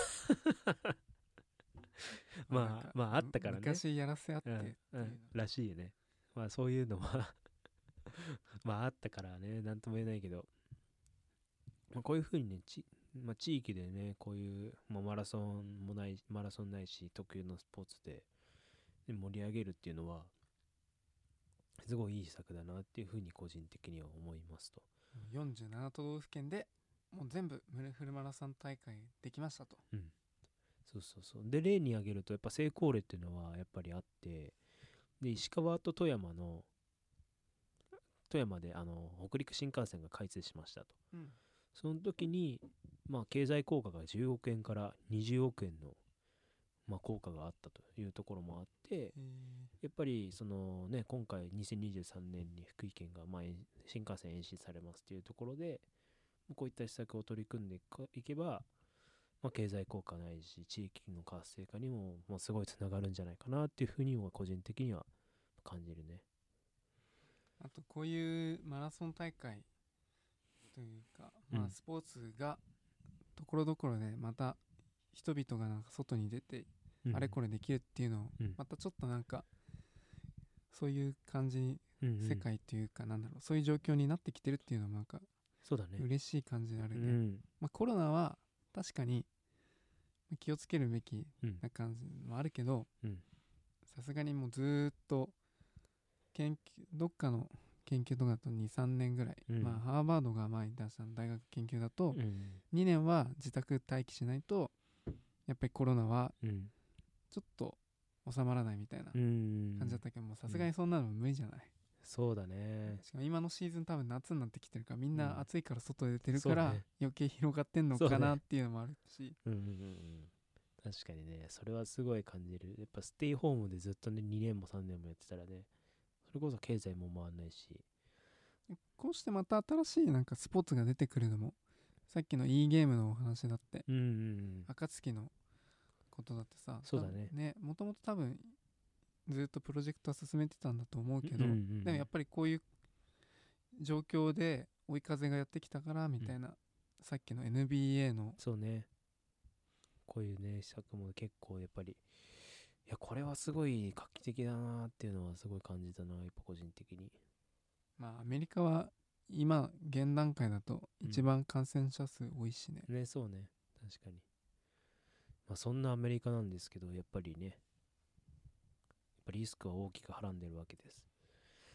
まあなんかまああったからね。 昔やらせあってうん、 っていうの、 うん、らしいよね。まあそういうのはまああったからね、なんとも言えないけど、まあ、こういうふうにね、ち、まあ、地域でね、こういう、まあ、マラソンもない、マラソンないし、特有のスポーツで、ね、盛り上げるっていうのは、すごいいい施策だなっていうふうに個人的には思いますと。 よんじゅうなな都道府県でもう全部フルマラソン大会できましたと。 うん。そうそうそう。で、例に挙げると、やっぱ成功例っていうのはやっぱりあって、で、石川と富山の、富山であの北陸新幹線が開通しましたと。 うんその時に、まあ、経済効果がじゅうおくえんからにじゅうおくえんの、まあ、効果があったというところもあって、 えーやっぱりその、ね、今回にせんにじゅうさんねんに福井県がまあ新幹線延伸されますというところで、こういった施策を取り組んでいけば、まあ、経済効果ないし地域の活性化にも、まあ、すごいつながるんじゃないかなっていうふうには個人的には感じるね。 あとこういうマラソン大会というか、まあ、 うんスポーツがところどころでまた人々がなんか外に出てうんあれこれできるっていうのをうんまたちょっとなんかそういう感じにうんうん世界っていうかなんだろう、そういう状況になってきてるっていうのもなんかそうだね。 嬉しい感じであうるね。 んまあ、コロナは確かに気をつけるべきうんな感じもあるけど、 うんさすがにもうずーっと研究どっかの研究とかだとにさんねんぐらい、 うんまあハーバードが前に出した大学研究だとうんにねんは自宅待機しないとやっぱりコロナはうんちょっと収まらないみたいなうん感じだったけど、もうさすがにそんなの無理じゃない、 そうだね。 しかも今のシーズン多分夏になってきてるからみんうんな暑いから外出てるからそうね余計広がってんのかなっていうのもあるし、 うんうんうんうん確かにね、それはすごい感じる。やっぱステイホームでずっとね、にねんもさんねんもやってたらね、それこそ経済も回んないし。 こうしてまた新しいなんかスポーツが出てくるのもさっきの e ゲームのお話だってうんうんうん。 暁のことだってさ、 そうだね多分ね、もともと多分ずっとプロジェクトは進めてたんだと思うけど、 うんうんうんでもやっぱりこういう状況で追い風がやってきたからみたいな、さっきの エヌビーエー のそうね。こういうね、施策も結構やっぱり、いや、これはすごい画期的だなっていうのはすごい感じたな、やっぱ個人的に。 まあアメリカは今現段階だと一番感染者数多いしね、 ね、そうね。確かに。まあそんなアメリカなんですけど、やっぱりね、やっぱリスクは大きくはらんでるわけです。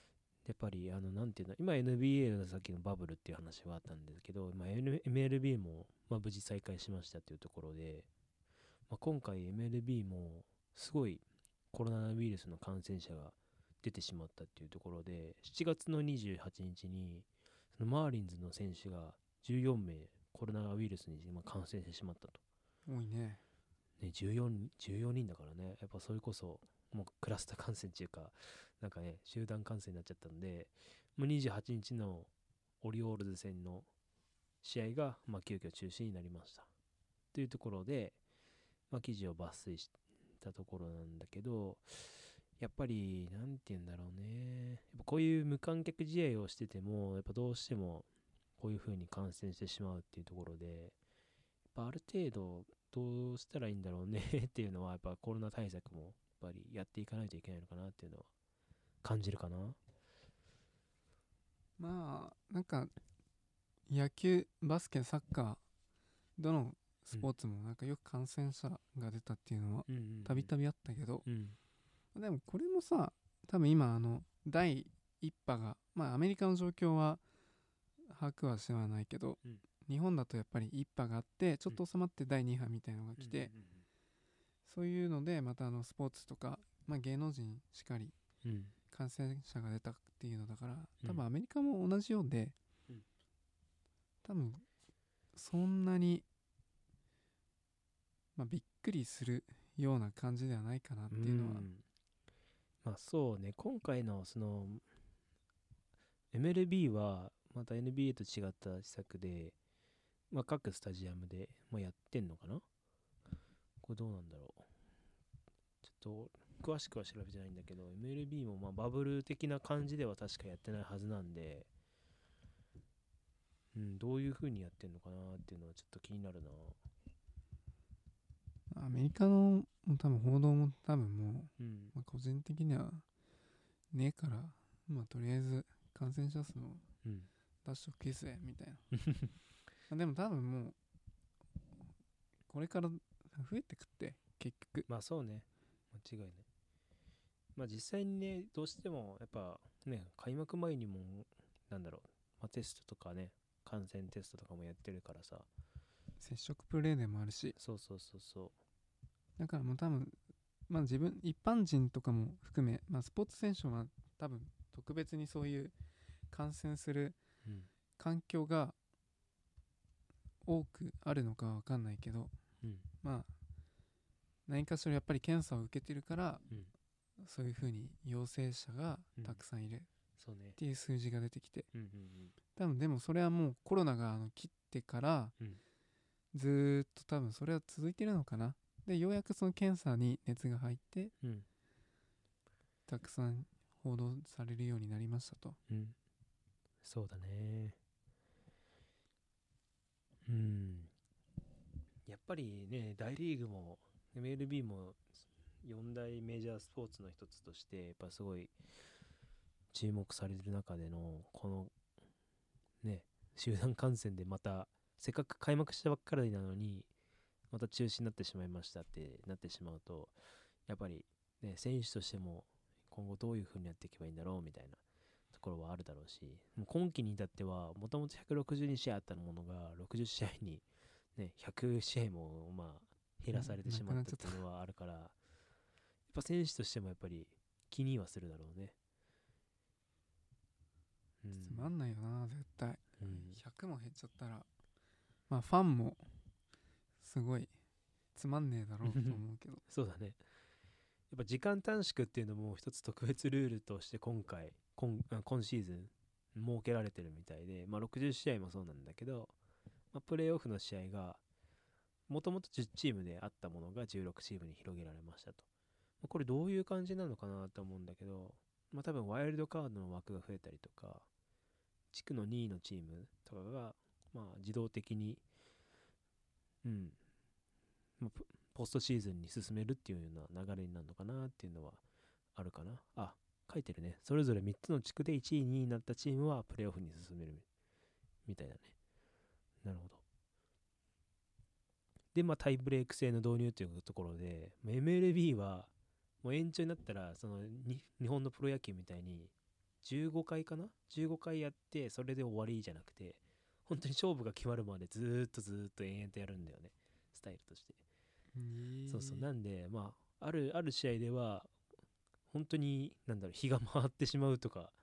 やっぱりあのなんていうの、今 エヌビーエー のさっきのバブルっていう話があったんですけど、まあ、N- エムエルビー も、まあ、無事再開しましたっていうところで、まあ、今回 エムエルビー もすごいコロナウイルスの感染者が出てしまったっていうところで、しちがつのにじゅうはちにちにそのマーリンズの選手がじゅうよんめいコロナウイルスにまあ感染してしまったと。 多いね。 ね、じゅうよん、じゅうよにんだからね、やっぱそれこそもうクラスター感染っていうか、なんかね、集団感染になっちゃったんで、もうにじゅうはちにちのオリオールズ戦の試合が、まあ、急遽中止になりました。というところで、まあ、記事を抜粋したところなんだけど、やっぱり、なんて言うんだろうね。やっぱこういう無観客試合をしてても、やっぱどうしてもこういう風に感染してしまうっていうところで、やっぱある程度どうしたらいいんだろうねっていうのは、やっぱコロナ対策もやっぱりやっていかないといけないのかなっていうのは感じるかな。 まあなんか野球、バスケ、サッカー、どのスポーツもなんかよく感染者が出たっていうのはうんうんたびたびあったけど、 うんでもこれもさ、多分今あの第一波が、まあアメリカの状況は把握はしてはないけど、 うん日本だとやっぱり一波があってちょっと収まってだいに波みたいなのが来て、そういうのでまたあのスポーツとか、まあ、芸能人しかりうんうん感染者が出たっていうのだから、 うん多分アメリカも同じようで、 うん多分そんなに、まあ、びっくりするような感じではないかなっていうのは、 んまあそうね、今回のその エムエルビー はまた エヌビーエー と違った施策で、まあ、各スタジアムで、まあ、やってんのかな。これどうなんだろう。ちょっと詳しくは調べてないんだけど、 エムエルビー もまあバブル的な感じでは確かやってないはずなんで、うん、どういう風にやってんのかなっていうのはちょっと気になるな。 アメリカの多分報道も多分もう、 うんまあ、個人的にはねえから、まあ、とりあえず感染者数をうん出しとけぜみたいなまあでも多分もうこれから増えてくって結局。 まあそうね、間違いない。まあ実際にね、どうしてもやっぱね、開幕前にもなんだろう、まあ、テストとかね、感染テストとかもやってるからさ。 接触プレーでもあるし、 そうそうそうそだからもう多分、まあ自分一般人とかも含め、まあ、スポーツ選手は多分特別にそういう感染するう。うん環境が多くあるのかは分かんないけど、 うんまあ何かしらやっぱり検査を受けてるからうんそういう風に陽性者がたくさんいるっそうね。 ていう数字が出てきて、 うんうん多分でもそれはもうコロナがあの切ってからうんずーっと多分それは続いてるのかな。でようやくその検査に熱が入ってうんうんたくさん報道されるようになりましたと。 うんそうだね。うん。やっぱりね、大リーグも エムエルビー もよん大メジャースポーツの一つとしてやっぱすごい注目される中でのこのね、集団感染でまたせっかく開幕したばっかりなのにまた中止になってしまいましたってなってしまうと、やっぱりね、選手としても今後どういう風にやっていけばいいんだろうみたいなところはあるだろうし、もう今季に至ってはもともとひゃくろくじゅうに試合あったものがろくじゅう試合に、ね、ひゃく試合もまあ減らされてしまったっていうのはあるから、やっぱ選手としてもやっぱり気にはするだろうね。うんつまんないよな絶対。 うんひゃくも減っちゃったらまあファンもすごいつまんねえだろうと思うけどそうだね。やっぱ時間短縮っていうのも一つ特別ルールとして今回今今シーズン設けられてるみたいで、まあ、ろくじゅう試合もそうなんだけど、まあ、プレーオフの試合がもともとじゅうチームであったものがじゅうろくチームに広げられましたと。まあこれどういう感じなのかなと思うんだけど、まあ、多分ワイルドカードの枠が増えたりとか地区のにいのチームとかがまあ自動的にうんまあポストシーズンに進めるっていうような流れになるのかなっていうのはあるかな。あ、書いてるね。それぞれみっつの地区でいちい、にいになったチームはプレーオフに進めるみたいだね。なるほど。で、まあタイブレーク制の導入というところで、エムエルビー はもう延長になったら、そのに日本のプロ野球みたいにじゅうごかいかなじゅうごかいやってそれで終わりじゃなくて、本当に勝負が決まるまでずーっとずーっと延々とやるんだよね、スタイルとして。 えーそうそう、なんでまああるある試合では本当になんだろう、日が回ってしまうとか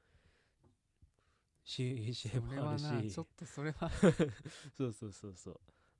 し試合もそれあるし、 はなちょっとそれはそうそうそうそう。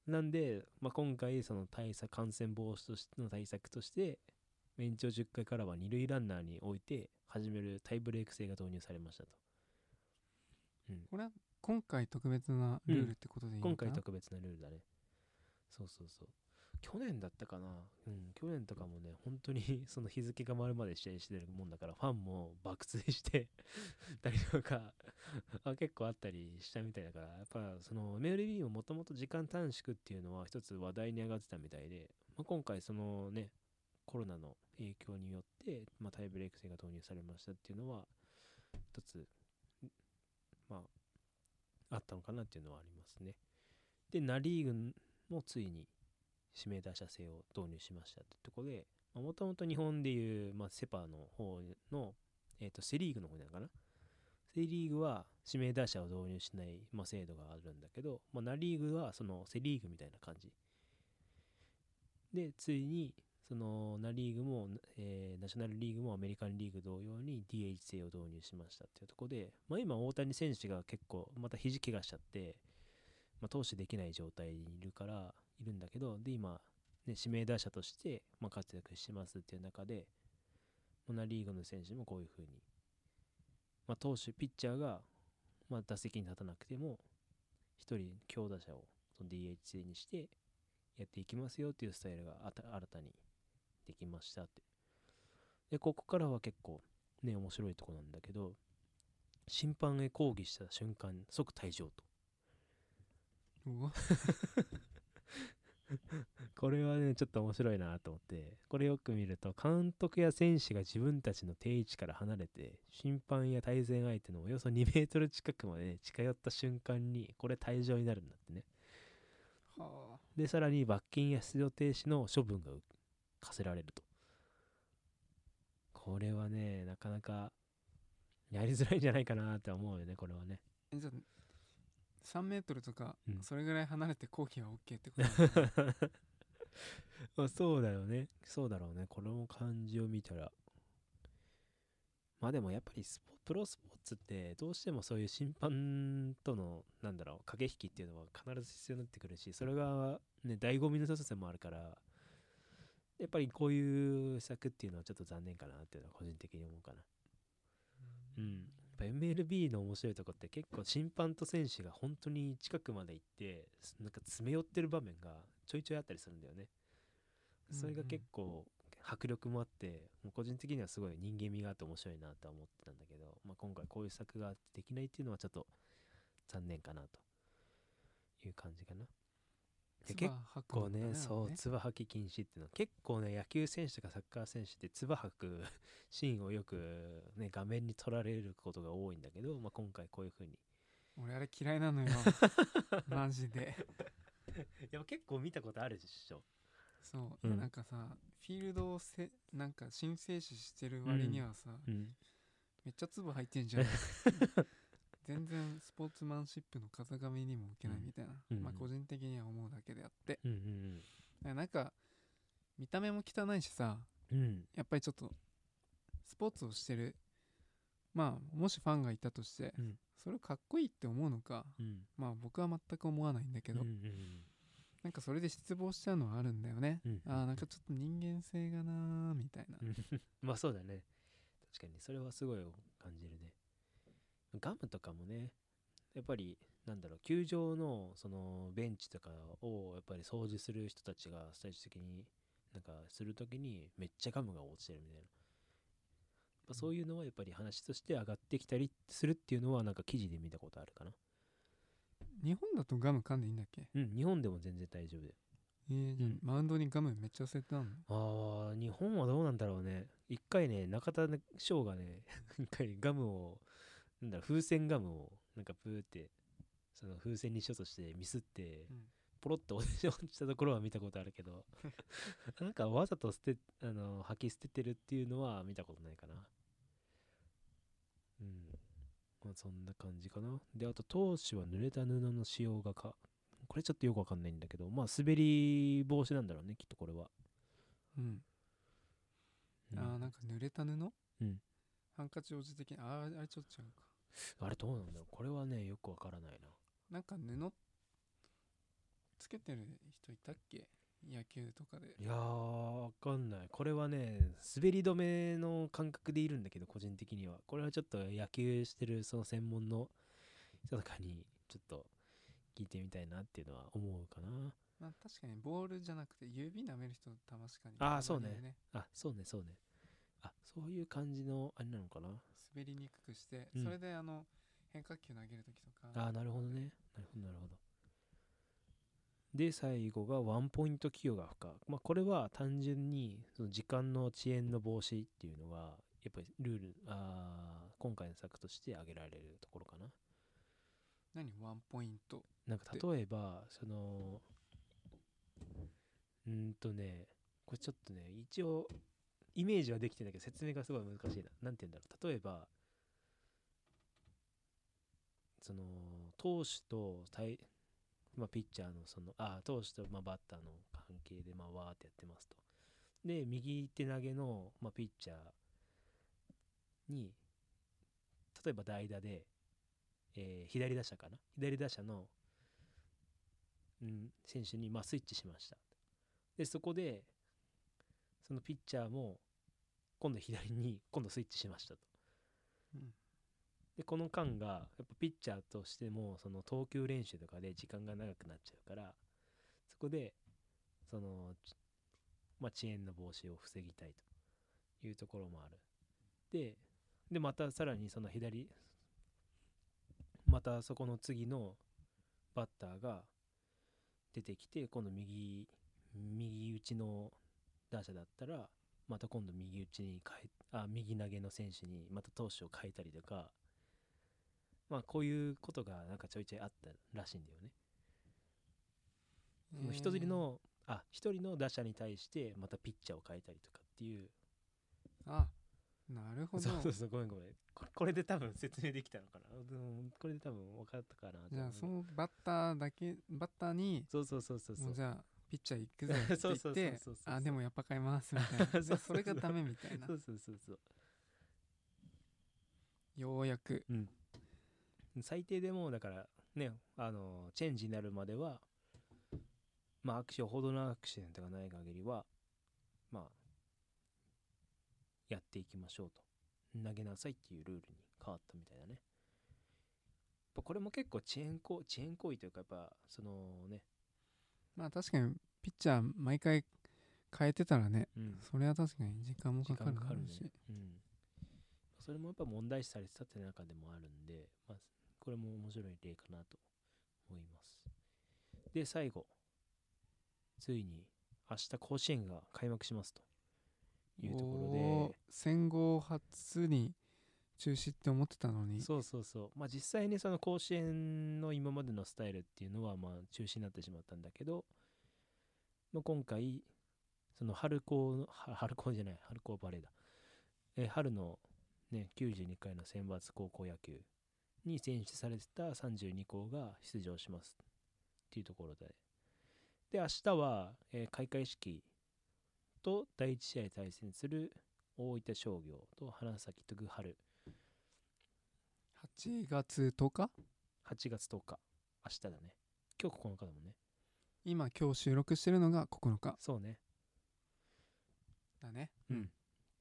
なんで、まあ、今回その対策感染防止としての対策として延長じゅっかいからは二塁ランナーに置いて始めるタイブレーク制が導入されましたと。うん、 これは今回特別なルールってことでいいのかな、 今回特別なルールだね。そうそうそう。去年だったかな、うん、去年とかもね、本当にその日付が回るまで試合してるもんだから、ファンも爆睡してたりとかあ結構あったりしたみたいだから、やっぱその エムエルビー ももともと時間短縮っていうのは一つ話題に上がってたみたいで、まあ、今回そのね、コロナの影響によって、まあ、タイブレーク制が導入されましたっていうのは、一つ、まあ、あったのかなっていうのはありますね。で、ナ・リーグもついに指名打者制を導入しましたというところで、もともと日本でいう、まあ、セパの方の、えー、とセ・リーグの方なのかな、セ・リーグは指名打者を導入しない、まあ、制度があるんだけど、まあ、ナ・リーグはそのセ・リーグみたいな感じで、ついにそのナ・リーグも、えーナショナルリーグもアメリカンリーグ同様に ディーエイチ 制を導入しましたっていうところで、まあ、今大谷選手が結構また肘怪我しちゃって、まあ、投手できない状態にいるからいるんだけど、で今、ね、指名打者として、まあ、活躍してますっていう中で、ナ・リーグの選手もこういう風に、まあ、投手ピッチャーが、まあ、打席に立たなくても一人強打者をその ディーエイチ 制にしてやっていきますよっていうスタイルが新たにできましたって。でここからは結構ね面白いとこなんだけど、審判へ抗議した瞬間即退場と。 うわこれはねちょっと面白いなと思って、これよく見ると監督や選手が自分たちの定位置から離れて審判や対戦相手のおよそにメートル近くまで、ね、近寄った瞬間にこれ退場になるんだってね。 はあ、 でさらに罰金や出場停止の処分が課せられると。これはねなかなかやりづらいんじゃないかなって思うよね、これはね。 えじゃあさんメートルとか、 うんそれぐらい離れて後期は OK ってことなのかなまあそうだよね、そうだろうね、これも漢字を見たら。まあでもやっぱりスポプロスポーツってどうしてもそういう審判とのなんだろう駆け引きっていうのは必ず必要になってくるし、それがね醍醐味の一つでもあるから、やっぱりこういう策っていうのはちょっと残念かなっていうのは個人的に思うかな。うん、やっぱ エムエルビー の面白いとこって結構審判と選手が本当に近くまで行ってなんか詰め寄ってる場面がちょいちょいあったりするんだよね。それが結構迫力もあって、もう個人的にはすごい人間味があって面白いなとは思ってたんだけど、まあ、今回こういう作ができないっていうのはちょっと残念かなという感じかな。で結構ね、そう、唾吐き禁止っていうのは結構ね、野球選手とかサッカー選手って唾吐くシーンをよくね画面に撮られることが多いんだけど、まあ、今回こういう風に俺あれ嫌いなのよマジでやっぱ結構見たことあるでしょ。 そう、 うん、 いやなんかさフィールドをせなんか申請手してる割にはさ、 うんうん、 めっちゃ粒入ってんじゃん全然スポーツマンシップの風上にも受けないみたいな、 うんうん、 まあ個人的には思うだけであって、 うんうんうん、なんか見た目も汚いしさ、 うん、 やっぱりちょっとスポーツをしてる、まあもしファンがいたとして、うん、それをかっこいいって思うのか、うん、まあ僕は全く思わないんだけど、うんうんうん、なんかそれで失望しちゃうのはあるんだよね、うんうん、ああなんかちょっと人間性がなーみたいなまあそうだね、確かにそれはすごい感じるね。ガムとかもね、やっぱりなんだろう、球場のそのベンチとかをやっぱり掃除する人たちが最終的になんかするときにめっちゃガムが落ちてるみたいな、やっぱそういうのはやっぱり話として上がってきたりするっていうのはなんか記事で見たことあるかな。 日本だとガム噛んでいいんだっけ？ うん、日本でも全然大丈夫だよ。 えー、じゃあ、うん、マウンドにガムめっちゃ忘れてたの？ ああ、日本はどうなんだろうね。一回ね、中田翔がね、一回ガムを、なんだろう、風船ガムを、なんかプーって、その風船にしようとしてミスって、うん、ポロッと落ちたところは見たことあるけど、なんかわざと捨て、あの、吐き捨ててるっていうのは見たことないかな。うん。 まあ、そんな感じかな。で、あと投手は濡れた布の使用がか、これちょっとよくわかんないんだけど、まあ滑り防止なんだろうね、きっとこれは。 うんうん。 あーなんか濡れた布うん。 ハンカチ王子的にあーあれちょっと違うか。 あれどうなんだろう、これはね、よくわからないな。 なんか布つけてる人いたっけ、野球とかで。 いやー、わかんない。これはね、滑り止めの感覚でいるんだけど、個人的には。これはちょっと野球してるその専門の人とかに、ちょっと聞いてみたいなっていうのは思うかな。 まあ確かにボールじゃなくて指舐める人確かにああ、 たそうね。 まにいるね。 あ、そうね、そうね。あ、そういう感じの、あれなのかな。 滑りにくくして、 うんそれであの変化球投げるときとか。 ああ、なるほどね。なるほど、なるほど。で、最後がワンポイント起用が不可。まあ、これは単純に、その時間の遅延の防止っていうのが、やっぱりルール、あー今回の策として挙げられるところかな。 何ワンポイントなんか例えば、その、うーんとね、これちょっとね、一応、イメージはできてんだけど、説明がすごい難しいな。なんて言うんだろう。例えば、その、投手と対、まあ、ピッチャーのその、あ、投手とまあバッターの関係で、まあ、わーってやってますと。で、右手投げの、まあ、ピッチャーに、例えば代打で、えー左打者かな左打者の、うん、選手に、まあ、スイッチしました。で、そこで、そのピッチャーも、今度左に、今度スイッチしましたと。 うんで、この間が、やっぱピッチャーとしても、その投球練習とかで時間が長くなっちゃうから、そこで、その、まあ、遅延の防止を防ぎたいというところもある。で、で、またさらにその左、またそこの次のバッターが出てきて、今度右、右打ちの打者だったら、また今度右打ちに変え、あ、右投げの選手にまた投手を変えたりとか、まあこういうことがなんかちょいちょいあったらしいんだよね。その一人えの、あ、一人の打者に対してまたピッチャーを変えたりとかっていう、 ー、あなるほど。 そうそうそう、ごめんごめん。これこれで多分説明できたのかな。うんこれで多分分かったかなとじゃ思う。 あそのバッターだけバッターにそうそうそうそうそう。 もうじゃあピッチャー行くぜってそうそうそう言ってそうそうあでもやっぱ変えますみたいなそうそうそうでそれがダメみたいな。 そうそうそうそう。 ようやくうん。最低でもだからね、あのチェンジになるまでは、まあアクションほどのアクシデントがない限りは、まあやっていきましょうと。投げなさいっていうルールに変わったみたいだね。やっぱこれも結構遅延行遅延行為というか、やっぱそのね、 まあ確かにピッチャー毎回変えてたらね、 うん、 それは確かに時間も時かかる間かかるね。 だろうし。 うん。それもやっぱ問題視されてたって中でもあるんで、まあ、これも面白い例かなと思います。で、最後、ついに明日甲子園が開幕しますというところおーで、 戦後初に中止って思ってたのに。 そうそうそう、まあ実際にその甲子園の今までのスタイルっていうのはまあ中止になってしまったんだけど、まあ、今回、その春高の、は春高じゃない、春高バレーだ。えー春のね、きゅうじゅうにかいの選抜高校野球に選出されてたさんじゅうに校が出場しますっていうところで。で、明日は、えー開会式とだいいち試合対戦する大分商業と花咲徳栄、 はちがつとおかはちがつとおか、明日だね。今日ここのかだもんね。 今今日収録してるのがここのかそうね。 だね。 うん。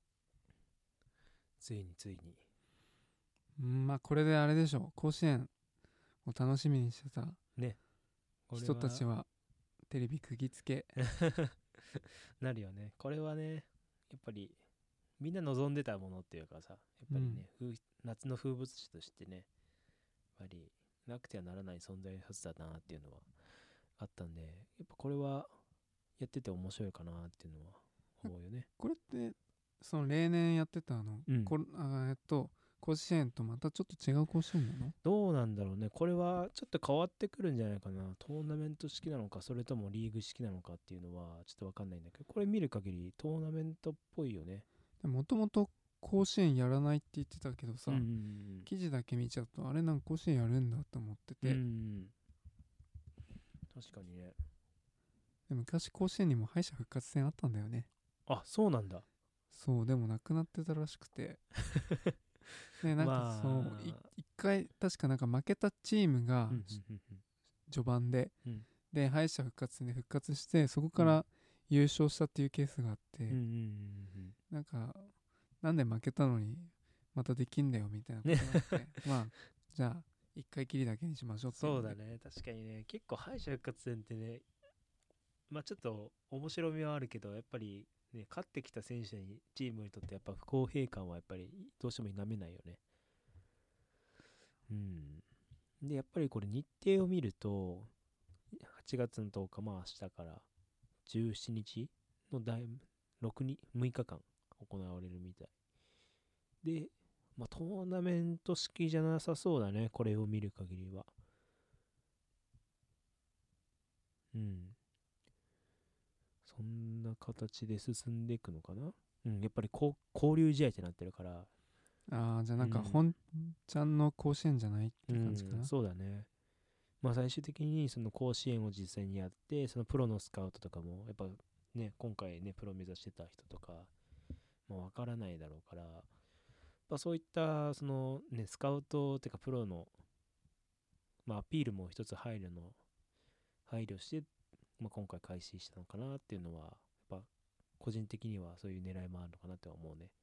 ついについに。 うんまあこれであれでしょう、甲子園を楽しみにしてたね。これ人たちはテレビ釘付け。 なるよね。これはね、やっぱりみんな望んでたものっていうかさ、やっぱりね、風夏の風物詩としてね、やっぱりなくてはならない存在の一つだなっていうのはあったんで、やっぱこれはやってて面白いかなっていうのは思うよね。 これってその例年やってたあの、 うんこあえっと甲子園とまたちょっと違う甲子園なの？ どうなんだろうね。これはちょっと変わってくるんじゃないかな。トーナメント式なのか、それともリーグ式なのかっていうのはちょっとわかんないんだけど、これ見る限りトーナメントっぽいよね。 もともと甲子園やらないって言ってたけどさ、 うんうんうん記事だけ見ちゃうとあれなんか甲子園やるんだと思ってて、 うんうん確かにね。 で昔甲子園にも敗者復活戦あったんだよね。 あ、そうなんだ。 そうでもなくなってたらしくてでなんかまあそうい一回確かなんか負けたチームがうんうんうん序盤で、 うんで敗者復活戦で復活してそこかうんら優勝したっていうケースがあって、 うんうんうんうんなんかなんで負けたのにまたできんだよみたいなことがあってまあじゃあ一回きりだけにしましょうっていうので。 そうだね、確かにね。結構敗者復活戦ってね、まあちょっと面白みはあるけど、やっぱりね、勝ってきた選手にチームにとってやっぱ不公平感はやっぱりどうしても否めないよね。うん。で、やっぱりこれ日程を見ると、はちがつのとおか、まあ明日からじゅうしちにちの第ろくにむいかかん行われるみたい。で、まあトーナメント式じゃなさそうだね、これを見る限りは。うん。そんな形で進んでいくのかな。うん、やっぱりこう交流試合ってなってるから、 ああじゃあなんかうん本ちゃんの甲子園じゃないってういう感じかん、 な。 そうだね。まあ最終的にその甲子園を実際にやって、そのプロのスカウトとかも、やっぱね、今回ね、プロ目指してた人とか、まあわからないだろうから、やっぱそういったそのね、スカウトっていうかプロの、まあアピールも一つ配慮の、配慮して、まあ今回開始したのかなっていうのは、やっぱ個人的にはそういう狙いもあるのかなって思うね。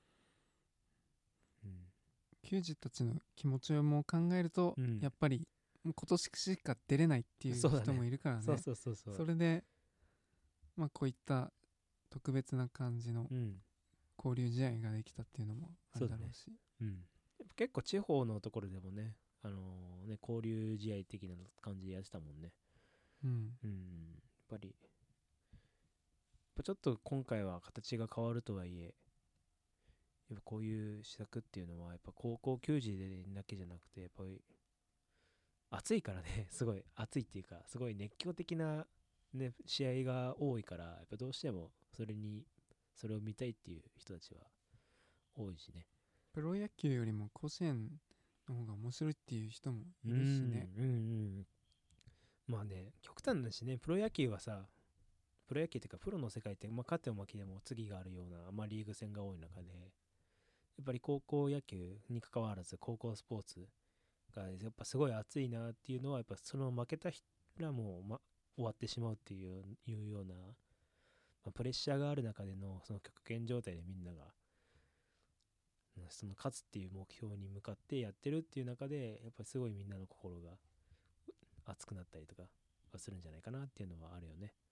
うん。 球児たちの気持ちも考えると、 うんやっぱりもう今年しか出れないっていうそうだね人もいるからね。 そうそうそうそう。 それでまあこういった特別な感じのうん。 交流試合ができたっていうのもあるだろうし。 うん。やっぱ結構地方のところでもね、あのーね、交流試合的な感じでやってたもんね。 うんうん。やっぱり、やっぱちょっと今回は形が変わるとはいえ、やっぱこういう施策っていうのは、やっぱ高校球児でだけじゃなくて、やっぱり暑いからね、すごい暑いっていうか、すごい熱狂的な、ね、試合が多いから、やっぱどうしてもそれに、それを見たいっていう人たちは多いしね。 プロ野球よりも甲子園の方が面白いっていう人もういるしね。 んうんうん。まあね、極端だしね、プロ野球はさ、プロ野球っていうか、プロの世界って、まあ、勝っても負けても次があるような、まあ、リーグ戦が多い中で、やっぱり高校野球に関わらず、高校スポーツが、やっぱすごい熱いなっていうのは、やっぱその負けた人らも、ま、終わってしまうっていういうような、まあ、プレッシャーがある中での、その極限状態でみんなが、うんその勝つっていう目標に向かってやってるっていう中で、やっぱりすごいみんなの心が熱くなったりとかするんじゃないかなっていうのはあるよね。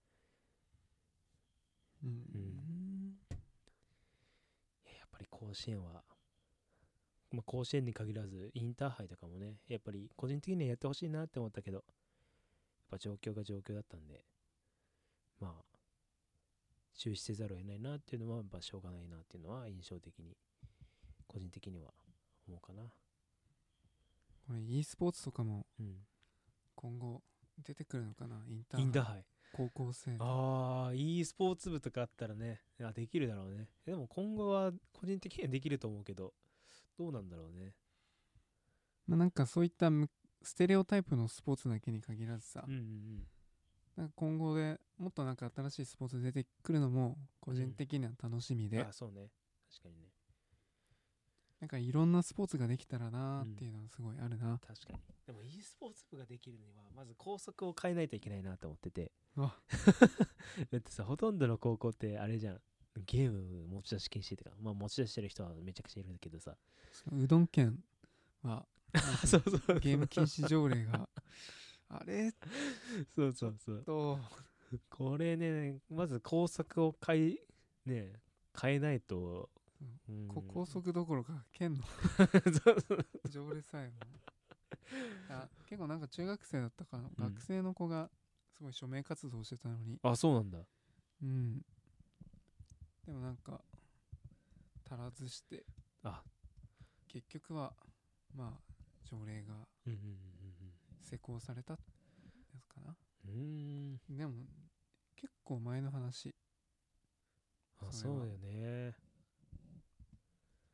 うん、 うんやっぱり甲子園は、まあ、甲子園に限らずインターハイとかもね、やっぱり個人的にはやってほしいなって思ったけど、やっぱ状況が状況だったんで、まあ中止せざるを得ないなっていうのはやっぱしょうがないなっていうのは印象的に個人的には思うかな。 これ e スポーツとかもうん。 今後出てくるのかな。インターハイインターハイ、 高校生とか。 ああ e スポーツ部とかあったらね、いやできるだろうね。でも今後は個人的にはできると思うけど、どうなんだろうね。 まあ、なんかそういったむステレオタイプのスポーツだけに限らずさ、 うんうんなんか今後でもっとなんか新しいスポーツ出てくるのも個人的には楽しみうん。 で、 ああそうね、確かにね。 なんかいろんなスポーツができたらなーっていうのはすごいあるな。 確かに。でも e スポーツ部ができるにはまず校則を変えないといけないなと思ってて。 あだってさ、ほとんどの高校ってあれじゃん、ゲーム持ち出し禁止とか、まあ持ち出してる人はめちゃくちゃいるんだけどさ。 うどん県はなんかそうそうそうゲーム禁止条例があれそうそうそうとこれね、まず校則を変えね変えないと、うんこ高速どころか県のそうそう条例さえもあ結構なんか中学生だったかな、 うん学生の子がすごい署名活動してたのに、 あ、そうなんだ。 うんでもなんか足らずしてあ、 結局はまあ条例がうんうん施行されたやつかな。 うんうん。うーん。 でも結構前の話。 あ、 それはそうだよね。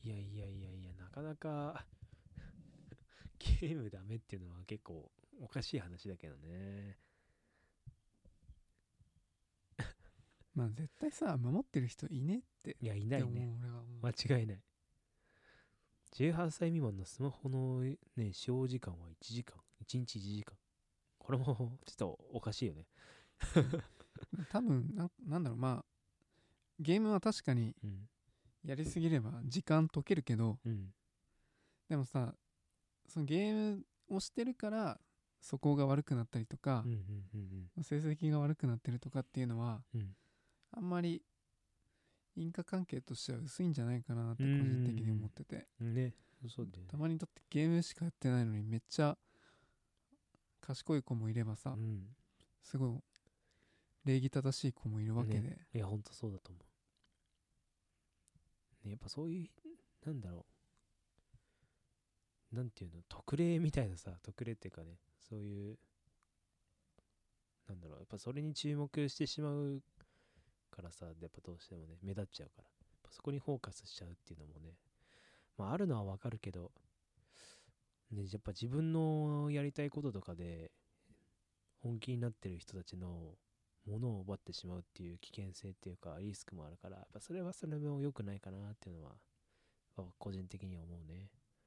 いやいやいやいや、なかなかゲームダメっていうのは結構おかしい話だけどね。 まあ絶対さ守ってる人いねってっいや、いなて思ういね。 俺は思う。 間違いない。じゅうはっさい未満のスマホのね、使用時間はいちじかん。いちにちいちじかん。これもちょっとおかしいよね。 多分な、なんだろう、まあゲームは確かにうん。 やりすぎれば時間解けるけど、 うん。 でもさ、そのゲームをしてるから素行が悪くなったりとかうん。う、ん。うん。 成績が悪くなってるとかっていうのはうん。 あんまり因果関係としては薄いんじゃないかなって個人的に思ってて、 うんね。そうだよね。 たまにだってゲームしかやってないのにめっちゃ賢い子もいればさ、 うん。 すごい礼儀正しい子もいるわけで、 ね、いや、ほんとそうだと思う。ね、やっぱそういう、なんだろう。なんていうの、特例みたいなさ、特例っていうかね、そういう、なんだろう、やっぱそれに注目してしまうからさ、やっぱどうしてもね、目立っちゃうから、やっぱそこにフォーカスしちゃうっていうのもね、まああるのはわかるけど、ね、やっぱ自分のやりたいこととかで、本気になってる人たちのものを奪ってしまうっていう危険性っていうか、リスクもあるから、やっぱそれはそれも良くないかなっていうのは、やっぱ個人的には思うね。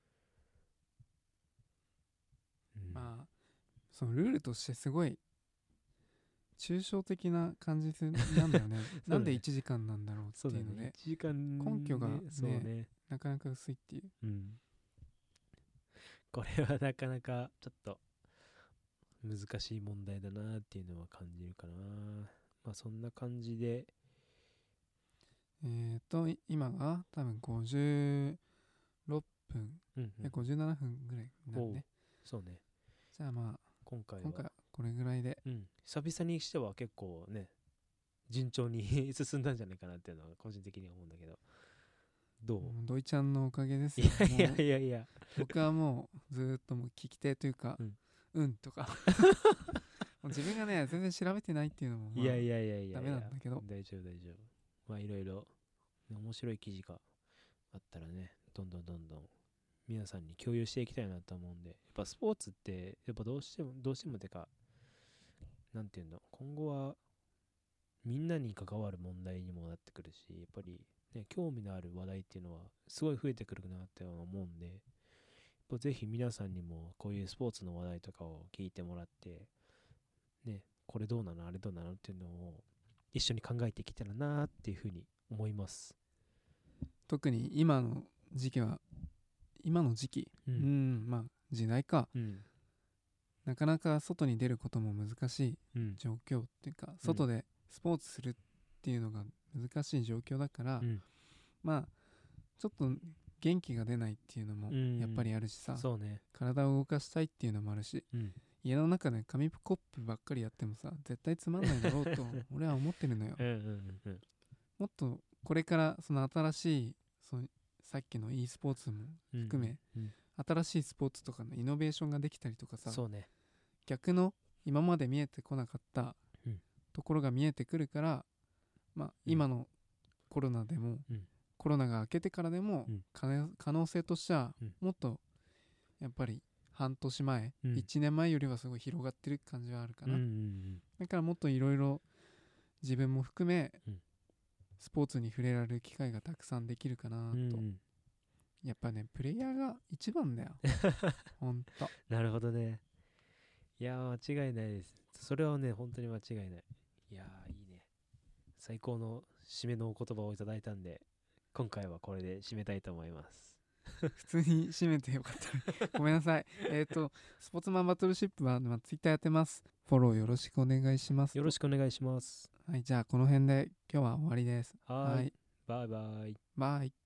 うん、 まあそのルールとしてすごい抽象的な感じなんだよねなんでいちじかんなんだろうっていうので、 そうだね、いちじかん、ね、 根拠がねそうね、 なかなか薄いっていう、 うん、これはなかなかちょっと難しい問題だなっていうのは感じるかな。まあそんな感じで、 えーと今が多分ごじゅうろっぷん、 うんうん、 ごじゅうななふんぐらいになるね。 そうね。 じゃあまあ今回は今回はこれぐらいで、 うん、久々にしては結構ね、順調に進んだんじゃないかなっていうのは個人的には思うんだけど、どう？ もう土井ちゃんのおかげですいよ。 やいやもういやいや、 僕はもうずーっともう聞き手というか、 うん、 うんとかもう自分がね全然調べてないっていうのもまあいやいやいやいやいや、 ダメなんだけど、 大丈夫大丈夫。まあいろいろ面白い記事があったらね、どんどんどんどん皆さんに共有していきたいなと思うんで、やっぱスポーツってやっぱどうしてもどうしてもてか、なんていうの、今後はみんなに関わる問題にもなってくるし、やっぱりね、興味のある話題っていうのはすごい増えてくるなって思うんで、やっぱぜひ皆さんにもこういうスポーツの話題とかを聞いてもらって、ね、これどうなのあれどうなのっていうのを一緒に考えてきたらなっていうふうに思います。 特に今の時期は今の時期ううん、まあ時代か、 うんなかなか外に出ることも難しいうん状況っていうか、外でスポーツするっていうのが難しい状況だから、 うんまあちょっと元気が出ないっていうのもうんやっぱりあるしさ、 そうね、 体を動かしたいっていうのもあるし、 うん家の中で紙コップばっかりやってもさ絶対つまんないだろうと俺は思ってるのよ。 うんうんうんもっとこれからその新しいそのさっきの e スポーツもうん含め、 うん新しいスポーツとかのイノベーションができたりとかさ、 そうね、 逆の今まで見えてこなかったうんところが見えてくるから、まあ、 うん今のコロナでも、 うんコロナが明けてからでも、 うん可能可能性としてはうんもっとやっぱり半年前、 うんいちねんまえよりはすごい広がってる感じはあるかな、 うんうんだからもっといろいろ自分も含め、 うんスポーツに触れられる機会がたくさんできるかなと、 うんうんうんやっぱねプレイヤーが一番だよほんと。 なるほどね。いやー間違いないです。それはね本当に間違いない。いやーいいね。最高の締めのお言葉をいただいたんで、今回はこれで締めたいと思います。 普通に締めてよかったごめんなさい。えっとスポーツマンバトルシップは、まあ、ツイッターやってます。フォローよろしくお願いします。 よろしくお願いします。 はい、じゃあこの辺で今日は終わりです。 はーい、 はい、 バイバイ。 バイ。